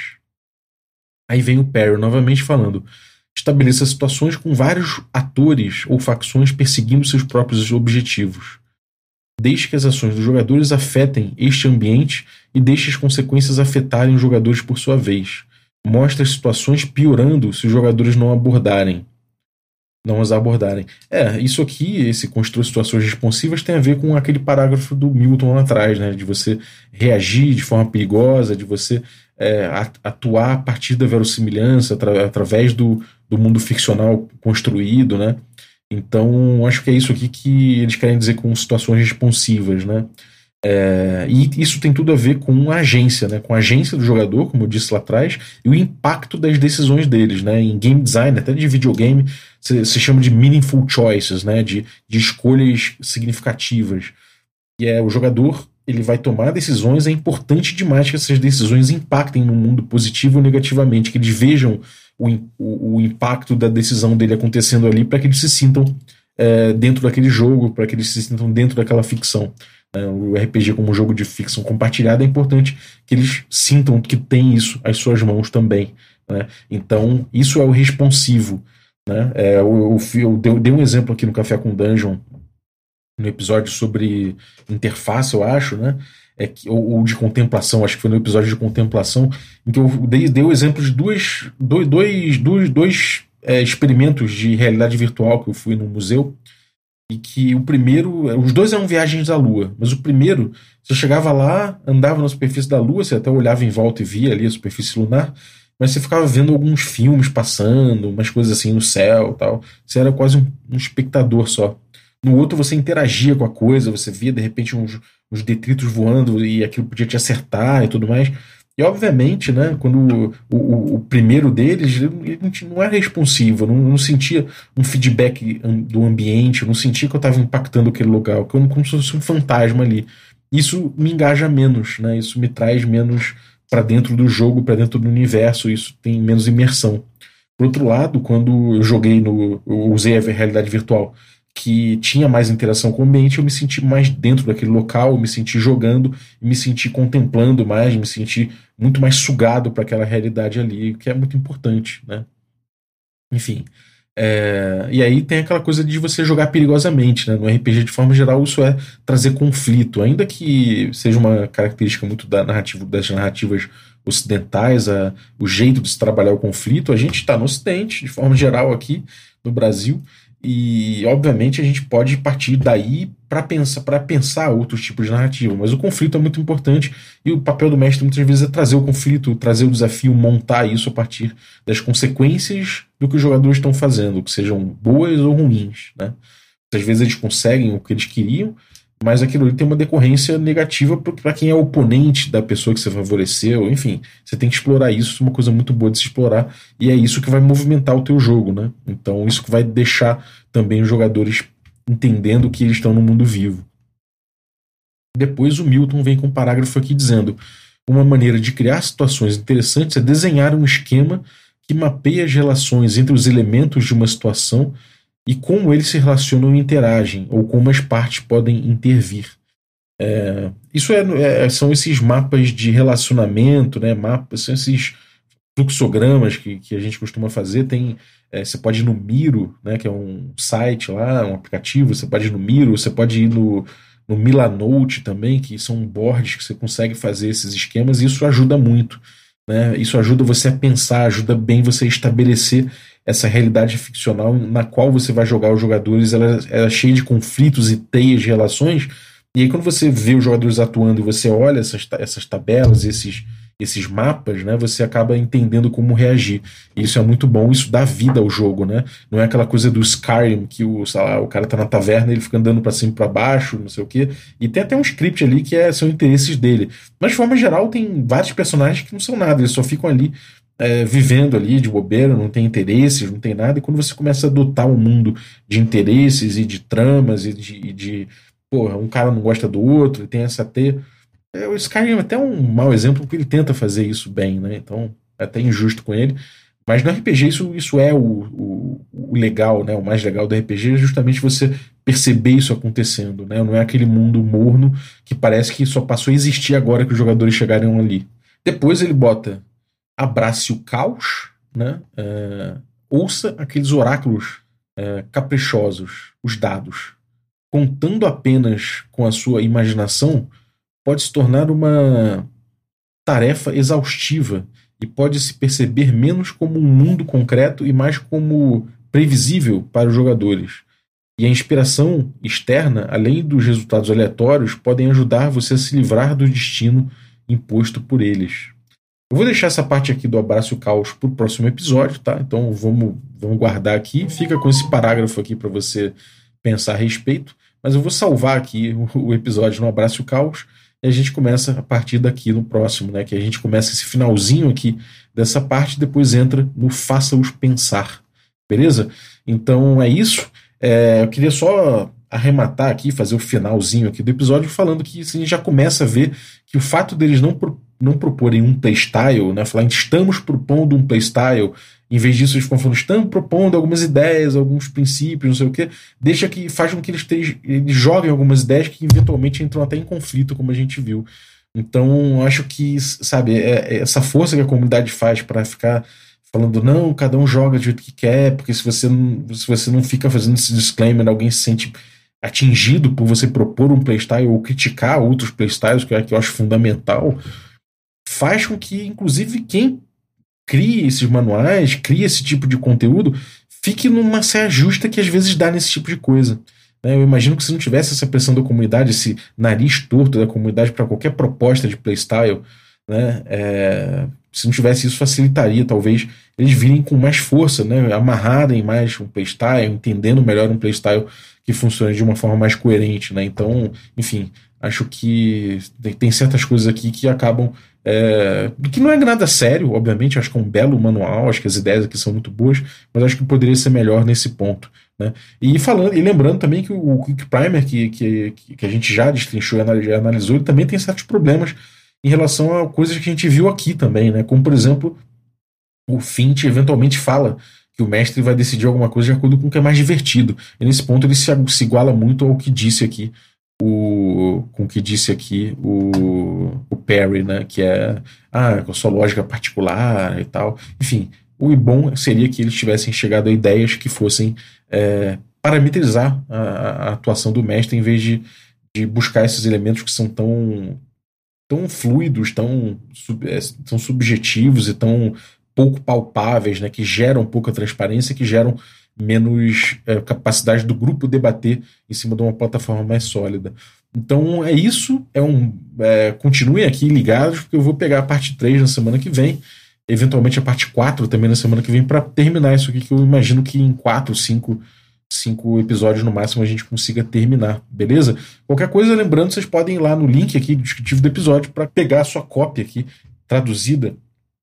Aí vem o Perry novamente falando: estabeleça situações com vários atores ou facções perseguindo seus próprios objetivos. Deixe que as ações dos jogadores afetem este ambiente e deixe as consequências afetarem os jogadores por sua vez. Mostre as situações piorando se os jogadores não abordarem. Não as abordarem. É, isso aqui, esse construir situações responsivas, tem a ver com aquele parágrafo do Milton lá atrás, né? De você reagir de forma perigosa, de você é, atuar a partir da verossimilhança, atra- através do, do mundo ficcional construído, né? Então, acho que é isso aqui que eles querem dizer com situações responsivas, né? É, e isso tem tudo a ver com a agência, né? Com a agência do jogador, como eu disse lá atrás, e o impacto das decisões deles, né? Em game design, até de videogame, se, se chama de meaningful choices, né? De, de escolhas significativas. E é o jogador, ele vai tomar decisões, é importante demais que essas decisões impactem no mundo positivo ou negativamente, que eles vejam o, o, o impacto da decisão dele acontecendo ali, para que eles se sintam é, dentro daquele jogo, para que eles se sintam dentro daquela ficção. O R P G como jogo de ficção compartilhada, é importante que eles sintam que tem isso às suas mãos também, né? Então isso é o responsivo, né? É, eu, eu, eu dei um exemplo aqui no Café com Dungeon, no episódio sobre interface, eu acho, né? É que, ou, ou de contemplação, acho que foi no episódio de contemplação, em que eu dei, dei o exemplo de duas, dois, dois, dois, dois é, experimentos de realidade virtual que eu fui no museu. E que o primeiro, os dois eram viagens à Lua, mas o primeiro, você chegava lá, andava na superfície da Lua, você até olhava em volta e via ali a superfície lunar, mas você ficava vendo alguns filmes passando, umas coisas assim no céu e tal. Você era quase um, um espectador só. No outro você interagia com a coisa, você via de repente uns, uns detritos voando e aquilo podia te acertar e tudo mais. E obviamente, né, quando o, o, o primeiro deles, ele não era responsivo, eu não, não sentia um feedback do ambiente, eu não sentia que eu estava impactando aquele lugar, como, como se fosse um fantasma ali. Isso me engaja menos, né, isso me traz menos para dentro do jogo, para dentro do universo, isso tem menos imersão. Por outro lado, quando eu joguei no. Eu usei a realidade virtual que tinha mais interação com o ambiente, eu me senti mais dentro daquele local, eu me senti jogando, me senti contemplando mais, me senti muito mais sugado para aquela realidade ali, que é muito importante, né? Enfim. É, e aí tem aquela coisa de você jogar perigosamente, né? No R P G, de forma geral, isso é trazer conflito, ainda que seja uma característica muito da narrativa, das narrativas ocidentais, a, o jeito de se trabalhar o conflito. A gente está no Ocidente, de forma geral, aqui no Brasil, e obviamente a gente pode partir daí para pensar, para pensar outros tipos de narrativa, mas o conflito é muito importante e o papel do mestre muitas vezes é trazer o conflito, trazer o desafio, montar isso a partir das consequências do que os jogadores estão fazendo, que sejam boas ou ruins, né? Às vezes eles conseguem o que eles queriam, mas aquilo ali tem uma decorrência negativa para quem é oponente da pessoa que você favoreceu. Enfim, você tem que explorar isso, é uma coisa muito boa de se explorar, e é isso que vai movimentar o teu jogo, né? Então isso que vai deixar também os jogadores entendendo que eles estão no mundo vivo. Depois o Milton vem com um parágrafo aqui dizendo: uma maneira de criar situações interessantes é desenhar um esquema que mapeia as relações entre os elementos de uma situação e como eles se relacionam e interagem, ou como as partes podem intervir. É, isso é, é, são esses mapas de relacionamento, né, mapas, são esses fluxogramas que, que a gente costuma fazer. Tem, é, você pode ir no Miro, né, que é um site lá, um aplicativo, você pode ir no Miro, você pode ir no, no Milanote também, que são boards que você consegue fazer esses esquemas, e isso ajuda muito. Né? Isso ajuda você a pensar, ajuda bem você a estabelecer essa realidade ficcional na qual você vai jogar os jogadores. Ela, ela é cheia de conflitos e teias de relações, e aí quando você vê os jogadores atuando e você olha essas, essas tabelas, esses, esses mapas, né, você acaba entendendo como reagir. E isso é muito bom, isso dá vida ao jogo, né? Não é aquela coisa do Skyrim que o, sei lá, o cara tá na taverna e ele fica andando para cima e para baixo, não sei o quê. E tem até um script ali que é, são interesses dele. Mas de forma geral tem vários personagens que não são nada, eles só ficam ali É, vivendo ali de bobeira, não tem interesses, não tem nada, e quando você começa a adotar um mundo de interesses e de tramas e de, e de porra, um cara não gosta do outro, e tem essa ter. É, o Skyrim é até um mau exemplo porque ele tenta fazer isso bem, né? Então é até injusto com ele. Mas no R P G isso, isso é o, o, o legal, né? O mais legal do R P G é justamente você perceber isso acontecendo, né? Não é aquele mundo morno que parece que só passou a existir agora que os jogadores chegaram ali. Depois ele bota: abrace o caos, né? É, ouça aqueles oráculos é, caprichosos, os dados. Contando apenas com a sua imaginação, pode se tornar uma tarefa exaustiva e pode se perceber menos como um mundo concreto e mais como previsível para os jogadores. E a inspiração externa, além dos resultados aleatórios, podem ajudar você a se livrar do destino imposto por eles. Eu vou deixar essa parte aqui do Abraço o Caos para o próximo episódio, tá? Então vamos, vamos guardar aqui. Fica com esse parágrafo aqui para você pensar a respeito. Mas eu vou salvar aqui o, o episódio no Abraço o Caos e a gente começa a partir daqui no próximo, né? Que a gente começa esse finalzinho aqui dessa parte e depois entra no Faça-os Pensar. Beleza? Então é isso. É, eu queria só arrematar aqui, fazer o finalzinho aqui do episódio falando que assim, a gente já começa a ver que o fato deles não pro não proporem um playstyle, né? Falar, estamos propondo um playstyle, em vez disso eles ficam falando, estamos propondo algumas ideias, alguns princípios, não sei o quê, deixa que, faz com que eles, te, eles joguem algumas ideias que eventualmente entram até em conflito, como a gente viu. Então, acho que, sabe, é, é essa força que a comunidade faz para ficar falando, não, cada um joga do jeito que quer, porque se você não, se você não fica fazendo esse disclaimer, alguém se sente atingido por você propor um playstyle ou criticar outros playstyles, que é que eu acho fundamental, faz com que, inclusive, quem cria esses manuais, cria esse tipo de conteúdo, fique numa saia justa que às vezes dá nesse tipo de coisa. Eu imagino que se não tivesse essa pressão da comunidade, esse nariz torto da comunidade para qualquer proposta de playstyle, né, é, se não tivesse isso, facilitaria, talvez, eles virem com mais força, né, amarrarem mais um playstyle, entendendo melhor um playstyle que funcione de uma forma mais coerente, né? Então, enfim, acho que tem certas coisas aqui que acabam... É, que não é nada sério, obviamente, acho que é um belo manual, acho que as ideias aqui são muito boas, mas acho que poderia ser melhor nesse ponto, né? E falando, e lembrando também que o Quick Primer que, que, que a gente já destrinchou e analisou, ele também tem certos problemas em relação a coisas que a gente viu aqui também, né? Como, por exemplo, o Finch eventualmente fala que o mestre vai decidir alguma coisa de acordo com o que é mais divertido. E nesse ponto ele se, se iguala muito ao que disse aqui o, com o que disse aqui o, o Perry, né? Que é ah, com a sua lógica particular e tal. Enfim, o bom seria que eles tivessem chegado a ideias que fossem é, parametrizar a, a atuação do mestre em vez de, de buscar esses elementos que são tão, tão fluidos, tão, sub, é, tão subjetivos e tão pouco palpáveis, né, que geram pouca transparência, que geram menos é, capacidade do grupo debater em cima de uma plataforma mais sólida. Então é isso, é um, é, continuem aqui ligados, porque eu vou pegar a parte três na semana que vem, eventualmente a parte quatro também na semana que vem, para terminar isso aqui, que eu imagino que em quatro, cinco, cinco episódios no máximo a gente consiga terminar, beleza? Qualquer coisa, lembrando, vocês podem ir lá no link aqui do descritivo do episódio para pegar a sua cópia aqui, traduzida,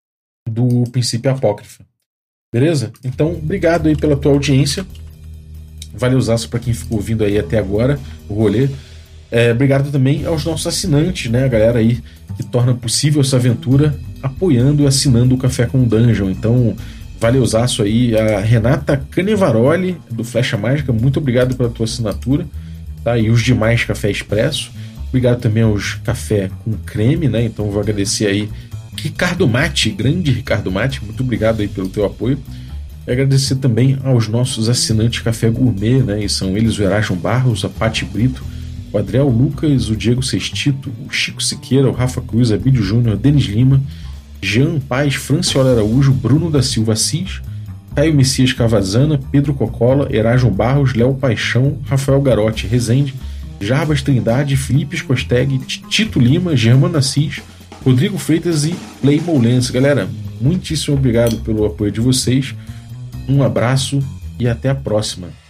do Princípio Apócrifa. Beleza? Então, obrigado aí pela tua audiência. Valeuzaço para quem ficou ouvindo aí até agora o rolê. É, obrigado também aos nossos assinantes, né? A galera aí que torna possível essa aventura apoiando e assinando o Café com Dungeon. Então, valeuzaço aí. A Renata Canevaroli, do Flecha Mágica, muito obrigado pela tua assinatura. Tá? E os demais Café Expresso. Obrigado também aos Café com Creme, né? Então, vou agradecer aí Ricardo Mate, grande Ricardo Mate, muito obrigado aí pelo teu apoio. E agradecer também aos nossos assinantes Café Gourmet, né? E são eles o Erasmo Barros, a Pati Brito, o Adriel Lucas, o Diego Sestito, o Chico Siqueira, o Rafa Cruz, Abílio Júnior, Denis Lima, Jean Paz, Franciola Araújo, Bruno da Silva Assis, Caio Messias Cavazana, Pedro Cocola, Erasmo Barros, Léo Paixão, Rafael Garotti Rezende, Jarbas Trindade, Felipe Scosteg, Tito Lima, Germano Assis, Rodrigo Freitas e Play Molense. Galera, muitíssimo obrigado pelo apoio de vocês. Um abraço e até a próxima.